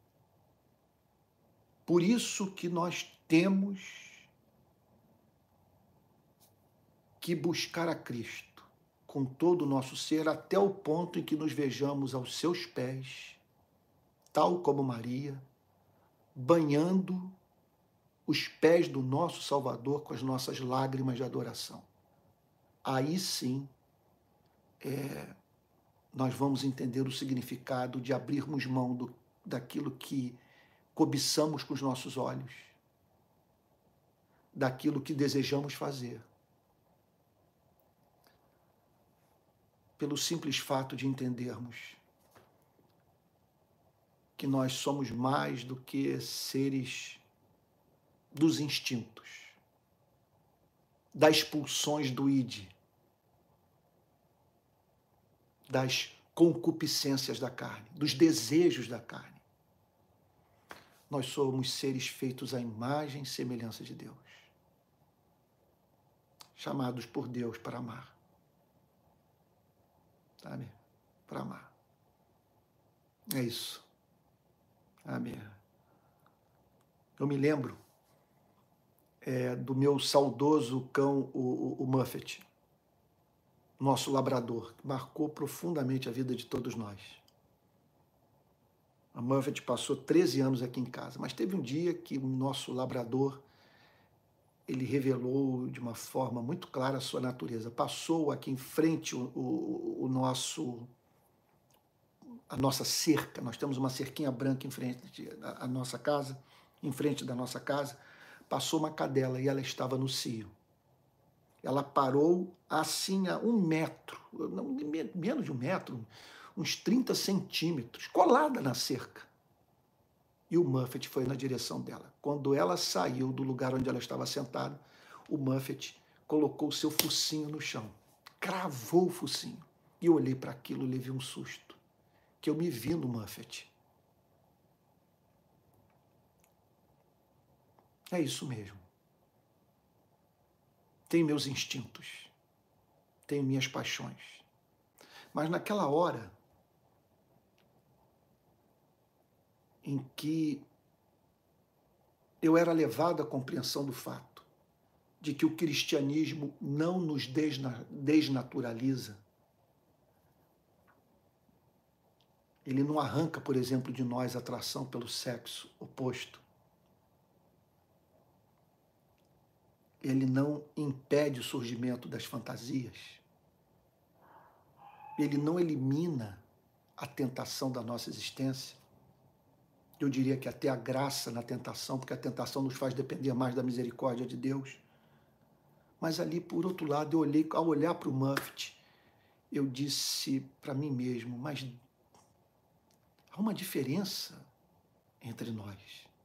Por isso que nós temos que buscar a Cristo com todo o nosso ser, até o ponto em que nos vejamos aos seus pés, tal como Maria, banhando os pés do nosso Salvador com as nossas lágrimas de adoração. Aí sim, nós vamos entender o significado de abrirmos mão daquilo que cobiçamos com os nossos olhos, daquilo que desejamos fazer, pelo simples fato de entendermos que nós somos mais do que seres dos instintos, das pulsões do id, das concupiscências da carne, dos desejos da carne. Nós somos seres feitos à imagem e semelhança de Deus, chamados por Deus para amar, sabe? Para amar. É isso. Amém. Eu me lembro do meu saudoso cão, o Muffet, nosso labrador, que marcou profundamente a vida de todos nós. A Muffet passou 13 anos aqui em casa, mas teve um dia que o nosso labrador, ele revelou de uma forma muito clara a sua natureza. Passou aqui em frente a nossa cerca, nós temos uma cerquinha branca em frente à nossa casa, em frente da nossa casa, passou uma cadela e ela estava no cio. Ela parou assim a 1 metro, menos de 1 metro, uns 30 centímetros, colada na cerca. E o Muffet foi na direção dela. Quando ela saiu do lugar onde ela estava sentada, o Muffet colocou o seu focinho no chão, cravou o focinho. E eu olhei para aquilo e levei um susto, que eu me vi no Muffet. É isso mesmo. Tenho meus instintos, tenho minhas paixões. Mas naquela hora em que eu era levado à compreensão do fato de que o cristianismo não nos desnaturaliza, ele não arranca, por exemplo, de nós a atração pelo sexo oposto. Ele não impede o surgimento das fantasias. Ele não elimina a tentação da nossa existência. Eu diria que até a graça na tentação, porque a tentação nos faz depender mais da misericórdia de Deus. Mas ali, por outro lado, ao olhar para o Muffet, eu disse para mim mesmo, mas há uma diferença entre nós.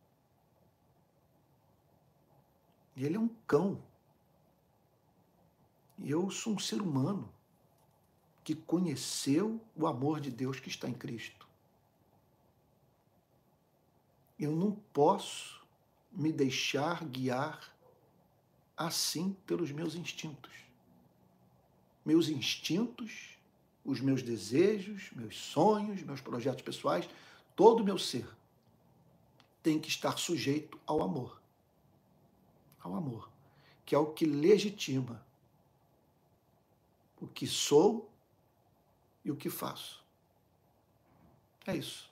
Ele é um cão. E eu sou um ser humano que conheceu o amor de Deus que está em Cristo. Eu não posso me deixar guiar assim pelos meus instintos. Meus instintos os meus desejos, meus sonhos, meus projetos pessoais, todo o meu ser tem que estar sujeito ao amor. Ao amor, que é o que legitima o que sou e o que faço. É isso.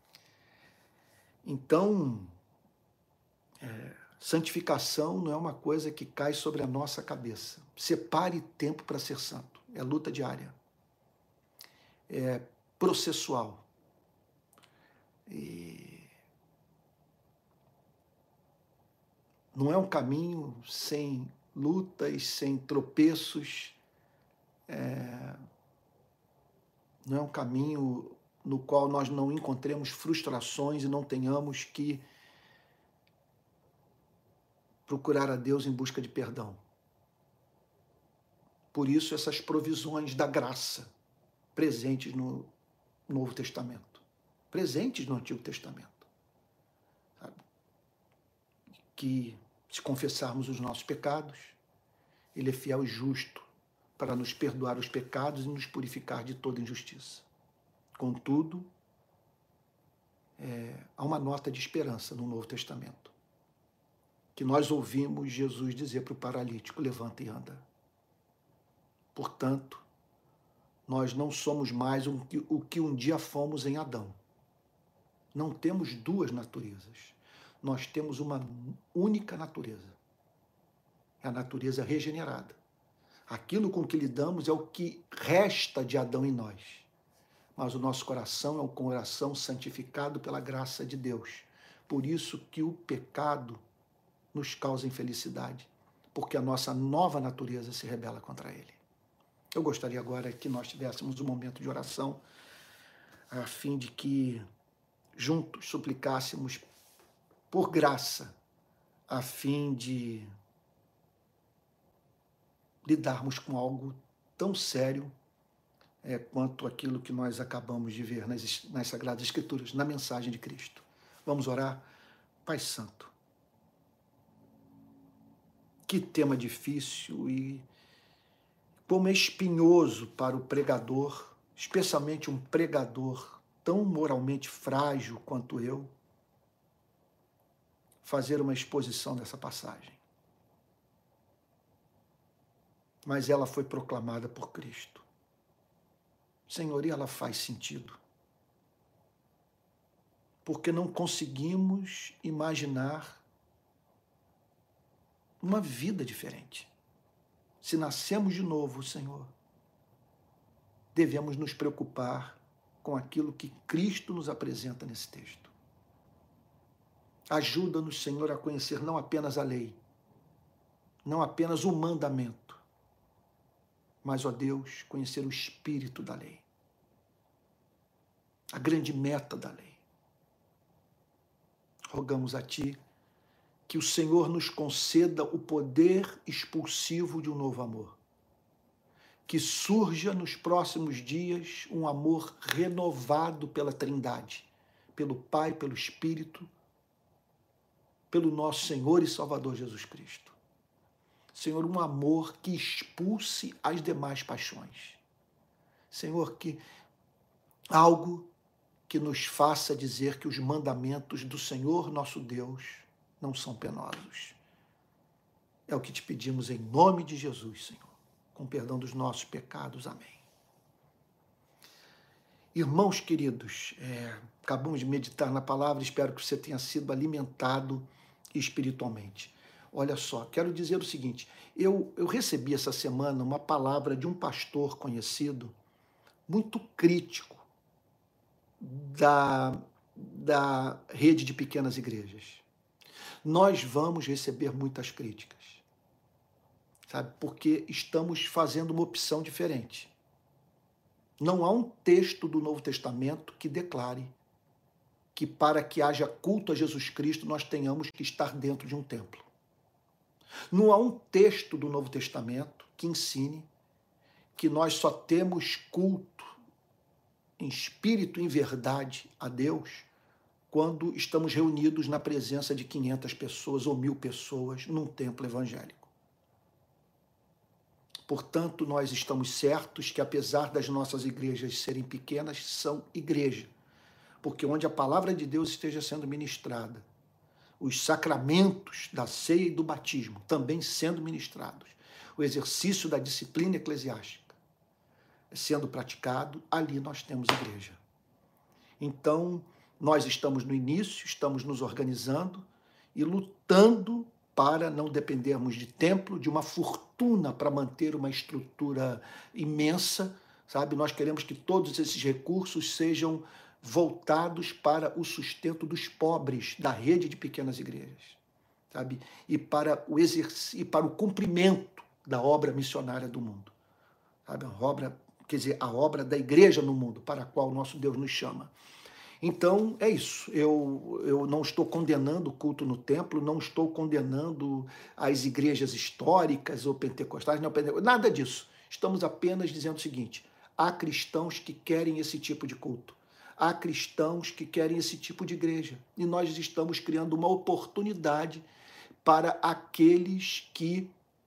Então, santificação não é uma coisa que cai sobre a nossa cabeça. Separe tempo para ser santo. É luta diária. É processual. E não é um caminho sem lutas, sem tropeços. Não é um caminho no qual nós não encontremos frustrações e não tenhamos que procurar a Deus em busca de perdão. Por isso, essas provisões da graça presentes no Novo Testamento, presentes no Antigo Testamento. Sabe? Que, se confessarmos os nossos pecados, Ele é fiel e justo para nos perdoar os pecados e nos purificar de toda injustiça. Contudo, há uma nota de esperança no Novo Testamento, que nós ouvimos Jesus dizer para o paralítico: levanta e anda. Portanto, nós não somos mais o que um dia fomos em Adão. Não temos duas naturezas. Nós temos uma única natureza. É a natureza regenerada. Aquilo com que lidamos é o que resta de Adão em nós. Mas o nosso coração é um coração santificado pela graça de Deus. Por isso que o pecado nos causa infelicidade, porque a nossa nova natureza se rebela contra ele. Eu gostaria agora que nós tivéssemos um momento de oração, a fim de que juntos suplicássemos por graça, a fim de lidarmos com algo tão sério quanto aquilo que nós acabamos de ver nas Sagradas Escrituras, na mensagem de Cristo. Vamos orar? Pai Santo, que tema difícil e como é espinhoso para o pregador, especialmente um pregador tão moralmente frágil quanto eu, fazer uma exposição dessa passagem. Mas ela foi proclamada por Cristo. Senhor, e ela faz sentido. Porque não conseguimos imaginar uma vida diferente. Se nascemos de novo, Senhor, devemos nos preocupar com aquilo que Cristo nos apresenta nesse texto. Ajuda-nos, Senhor, a conhecer não apenas a lei, não apenas o mandamento, mas, ó Deus, conhecer o espírito da lei, a grande meta da lei. Rogamos a Ti que o Senhor nos conceda o poder expulsivo de um novo amor. Que surja nos próximos dias um amor renovado pela Trindade, pelo Pai, pelo Espírito, pelo nosso Senhor e Salvador Jesus Cristo. Senhor, um amor que expulse as demais paixões. Senhor, que algo que nos faça dizer que os mandamentos do Senhor nosso Deus não são penosos. É o que te pedimos em nome de Jesus, Senhor, com perdão dos nossos pecados. Amém. Irmãos queridos, acabamos de meditar na palavra, espero que você tenha sido alimentado espiritualmente. Olha só, quero dizer o seguinte, eu recebi essa semana uma palavra de um pastor conhecido, muito crítico da rede de pequenas igrejas. Nós vamos receber muitas críticas, sabe? Porque estamos fazendo uma opção diferente. Não há um texto do Novo Testamento que declare que para que haja culto a Jesus Cristo nós tenhamos que estar dentro de um templo. Não há um texto do Novo Testamento que ensine que nós só temos culto em espírito e em verdade a Deus quando estamos reunidos na presença de 500 pessoas ou 1000 pessoas num templo evangélico. Portanto, nós estamos certos que, apesar das nossas igrejas serem pequenas, são igreja. Porque onde a palavra de Deus esteja sendo ministrada, os sacramentos da ceia e do batismo também sendo ministrados, o exercício da disciplina eclesiástica sendo praticado, ali nós temos igreja. Então, nós estamos no início, estamos nos organizando e lutando para não dependermos de templo, de uma fortuna para manter uma estrutura imensa, sabe? Nós queremos que todos esses recursos sejam voltados para o sustento dos pobres da rede de pequenas igrejas, sabe? E para o exercício, e para o cumprimento da obra missionária do mundo, sabe? A obra da igreja no mundo, para a qual o nosso Deus nos chama. Então, é isso. Eu não estou condenando o culto no templo, não estou condenando as igrejas históricas ou pentecostais, nada disso. Estamos apenas dizendo o seguinte: há cristãos que querem esse tipo de culto. Há cristãos que querem esse tipo de igreja. E nós estamos criando uma oportunidade para aqueles que...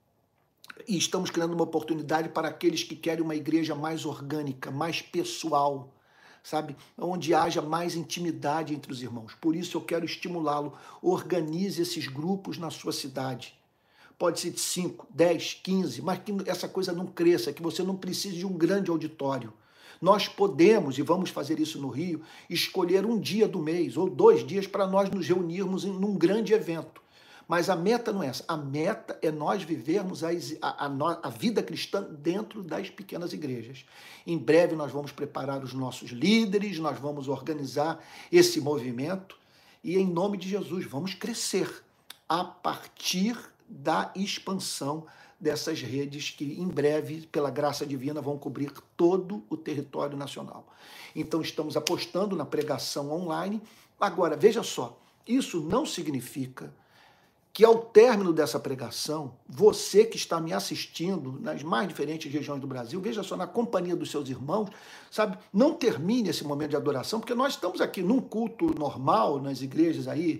E estamos criando uma oportunidade para aqueles que querem uma igreja mais orgânica, mais pessoal, sabe? Onde haja mais intimidade entre os irmãos. Por isso eu quero estimulá-lo. Organize esses grupos na sua cidade. Pode ser de 5, 10, 15, mas que essa coisa não cresça, que você não precise de um grande auditório. Nós podemos, e vamos fazer isso no Rio, escolher um dia do mês ou 2 dias para nós nos reunirmos num grande evento. Mas a meta não é essa. A meta é nós vivermos a vida cristã dentro das pequenas igrejas. Em breve nós vamos preparar os nossos líderes, nós vamos organizar esse movimento e, em nome de Jesus, vamos crescer a partir da expansão dessas redes que, em breve, pela graça divina, vão cobrir todo o território nacional. Então, estamos apostando na pregação online. Agora, veja só, isso não significa que ao término dessa pregação, você que está me assistindo nas mais diferentes regiões do Brasil, veja só, na companhia dos seus irmãos, sabe, não termine esse momento de adoração, porque nós estamos aqui num culto normal, nas igrejas aí,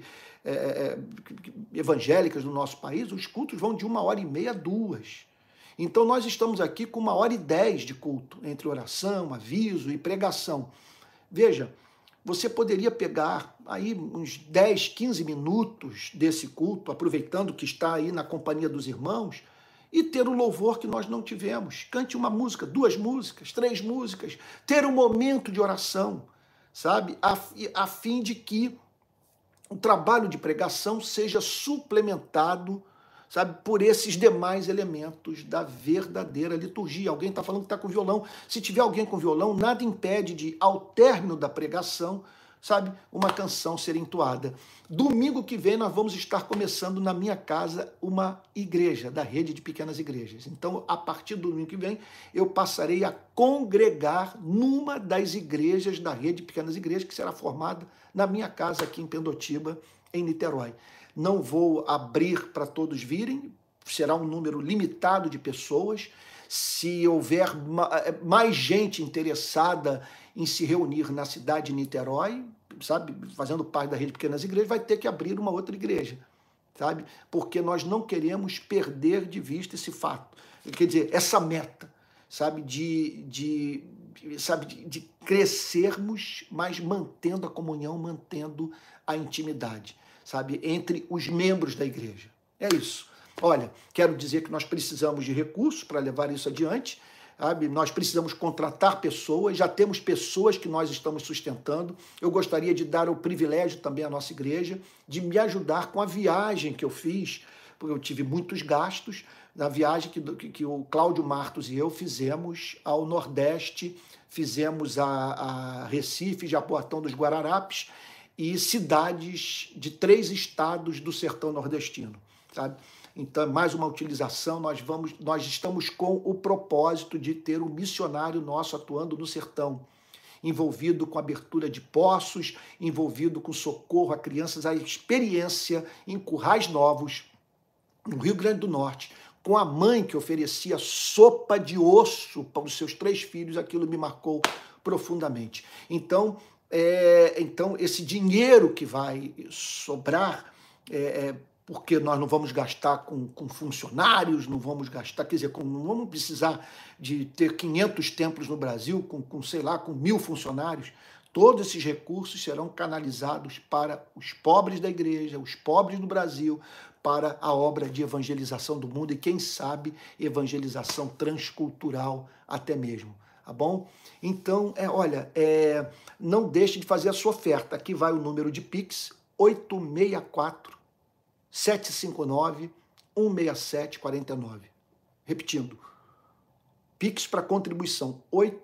evangélicas do nosso país, os cultos vão de 1h30 a 2. Então nós estamos aqui com 1h10 de culto, entre oração, aviso e pregação. Veja, você poderia pegar aí uns 10, 15 minutos desse culto, aproveitando que está aí na companhia dos irmãos, e ter o louvor que nós não tivemos. Cante uma música, 2 músicas, 3 músicas, ter um momento de oração, sabe? A fim de que o trabalho de pregação seja suplementado, sabe, por esses demais elementos da verdadeira liturgia. Alguém está falando que está com violão. Se tiver alguém com violão, nada impede de, ao término da pregação, sabe, uma canção ser entoada. Domingo que vem nós vamos estar começando na minha casa uma igreja, da rede de pequenas igrejas. Então, a partir do domingo que vem, eu passarei a congregar numa das igrejas da rede de pequenas igrejas, que será formada na minha casa aqui em Pendotiba, em Niterói. Não vou abrir para todos virem, será um número limitado de pessoas. Se houver mais gente interessada em se reunir na cidade de Niterói, sabe, fazendo parte da rede de pequenas igrejas, vai ter que abrir uma outra igreja, sabe? Porque nós não queremos perder de vista esse fato. Quer dizer, essa meta, sabe, de crescermos, mas mantendo a comunhão, mantendo a intimidade, sabe, entre os membros da igreja. É isso. Olha, quero dizer que nós precisamos de recursos para levar isso adiante, sabe? Nós precisamos contratar pessoas, já temos pessoas que nós estamos sustentando. Eu gostaria de dar o privilégio também à nossa igreja de me ajudar com a viagem que eu fiz, porque eu tive muitos gastos, na viagem que o Cláudio Martos e eu fizemos ao Nordeste, fizemos a Recife, Jaboatão dos Guararapes, e cidades de 3 estados do sertão nordestino, sabe? Então, mais uma utilização, nós estamos com o propósito de ter um missionário nosso atuando no sertão, envolvido com abertura de poços, envolvido com socorro a crianças, a experiência em Currais Novos, no Rio Grande do Norte, com a mãe que oferecia sopa de osso para os seus 3 filhos, aquilo me marcou profundamente. Então, esse dinheiro que vai sobrar porque nós não vamos gastar com funcionários, não vamos gastar, quer dizer, não vamos precisar de ter 500 templos no Brasil, sei lá, com 1.000 funcionários. Todos esses recursos serão canalizados para os pobres da igreja, os pobres do Brasil, para a obra de evangelização do mundo e, quem sabe, evangelização transcultural até mesmo, tá bom? Então, olha, não deixe de fazer a sua oferta. Aqui vai o número de Pix, 864-759-16749. Repetindo, Pix para contribuição,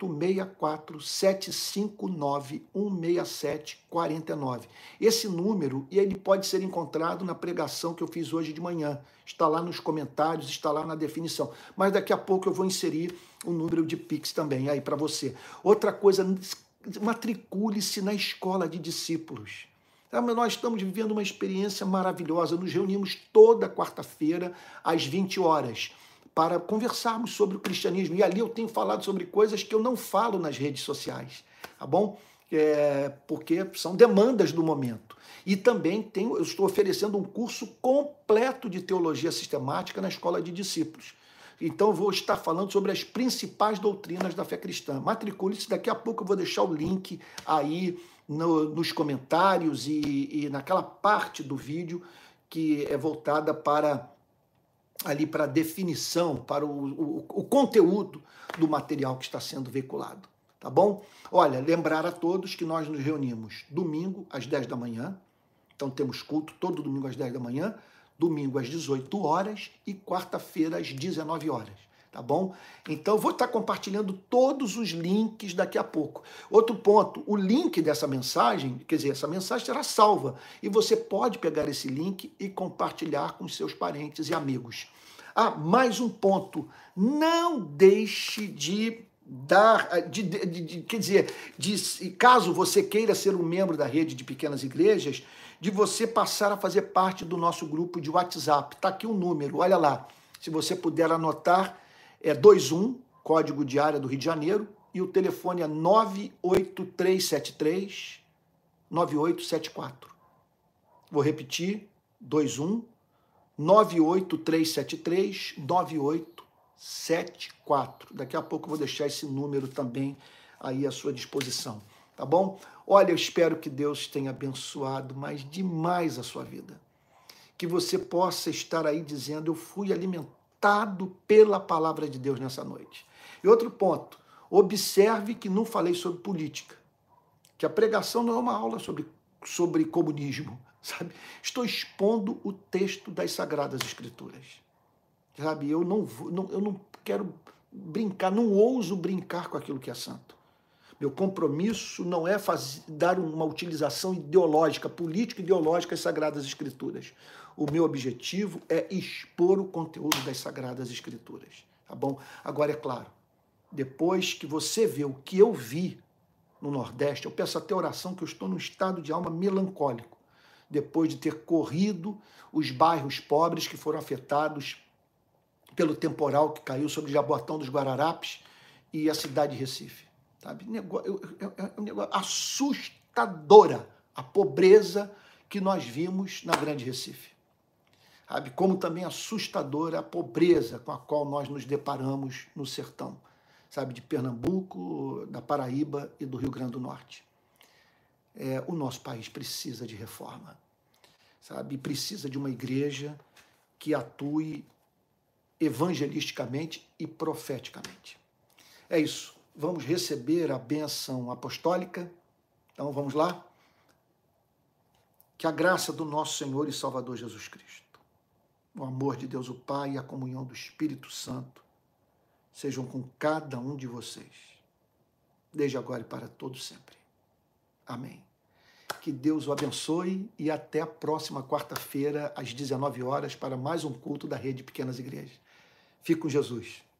864-759-16749. Esse número, ele pode ser encontrado na pregação que eu fiz hoje de manhã. Está lá nos comentários, está lá na definição. Mas daqui a pouco eu vou inserir o número de Pix também aí para você. Outra coisa, matricule-se na escola de discípulos. Nós estamos vivendo uma experiência maravilhosa. Nos reunimos toda quarta-feira às 20 horas. Para conversarmos sobre o cristianismo. E ali eu tenho falado sobre coisas que eu não falo nas redes sociais, tá bom? Porque são demandas do momento. E também eu estou oferecendo um curso completo de teologia sistemática na Escola de Discípulos. Então eu vou estar falando sobre as principais doutrinas da fé cristã. Matricule-se, daqui a pouco eu vou deixar o link aí nos comentários e naquela parte do vídeo que é voltada para a definição, para o conteúdo do material que está sendo veiculado, tá bom? Olha, lembrar a todos que nós nos reunimos domingo às 10 da manhã, então temos culto todo domingo às 10 da manhã, domingo às 18 horas e quarta-feira às 19 horas, tá bom? Então, vou estar compartilhando todos os links daqui a pouco. Outro ponto, o link dessa mensagem, quer dizer, essa mensagem será salva e você pode pegar esse link e compartilhar com seus parentes e amigos. Mais um ponto, não deixe de dar, quer dizer, caso você queira ser um membro da rede de pequenas igrejas, de você passar a fazer parte do nosso grupo de WhatsApp. Está aqui o número, olha lá, se você puder anotar, 21, código de área do Rio de Janeiro, e o telefone é 98373-9874. Vou repetir, 21 98373-9874. Daqui a pouco eu vou deixar esse número também aí à sua disposição, tá bom? Olha, eu espero que Deus tenha abençoado mais demais a sua vida. Que você possa estar aí dizendo, eu fui alimentado pela palavra de Deus nessa noite. E outro ponto, observe que não falei sobre política, que a pregação não é uma aula sobre comunismo, sabe? Estou expondo o texto das Sagradas Escrituras, sabe? Eu não quero brincar, não ouso brincar com aquilo que é santo. Meu compromisso não é dar uma utilização ideológica, política ideológica às Sagradas Escrituras. O meu objetivo é expor o conteúdo das Sagradas Escrituras, tá bom? Agora, é claro, depois que você vê o que eu vi no Nordeste, eu peço até oração que eu estou num estado de alma melancólico, depois de ter corrido os bairros pobres que foram afetados pelo temporal que caiu sobre Jaboatão dos Guararapes e a cidade de Recife. Sabe? É um negócio assustadora a pobreza que nós vimos na Grande Recife. Sabe? Como também assustadora a pobreza com a qual nós nos deparamos no sertão, sabe? De Pernambuco, da Paraíba e do Rio Grande do Norte. O nosso país precisa de reforma, sabe? Precisa de uma igreja que atue evangelisticamente e profeticamente. É isso. Vamos receber a bênção apostólica. Então, vamos lá? Que a graça do nosso Senhor e Salvador Jesus Cristo, o amor de Deus o Pai e a comunhão do Espírito Santo sejam com cada um de vocês, desde agora e para todos sempre. Amém. Que Deus o abençoe e até a próxima quarta-feira, às 19 horas, para mais um culto da Rede Pequenas Igrejas. Fique com Jesus.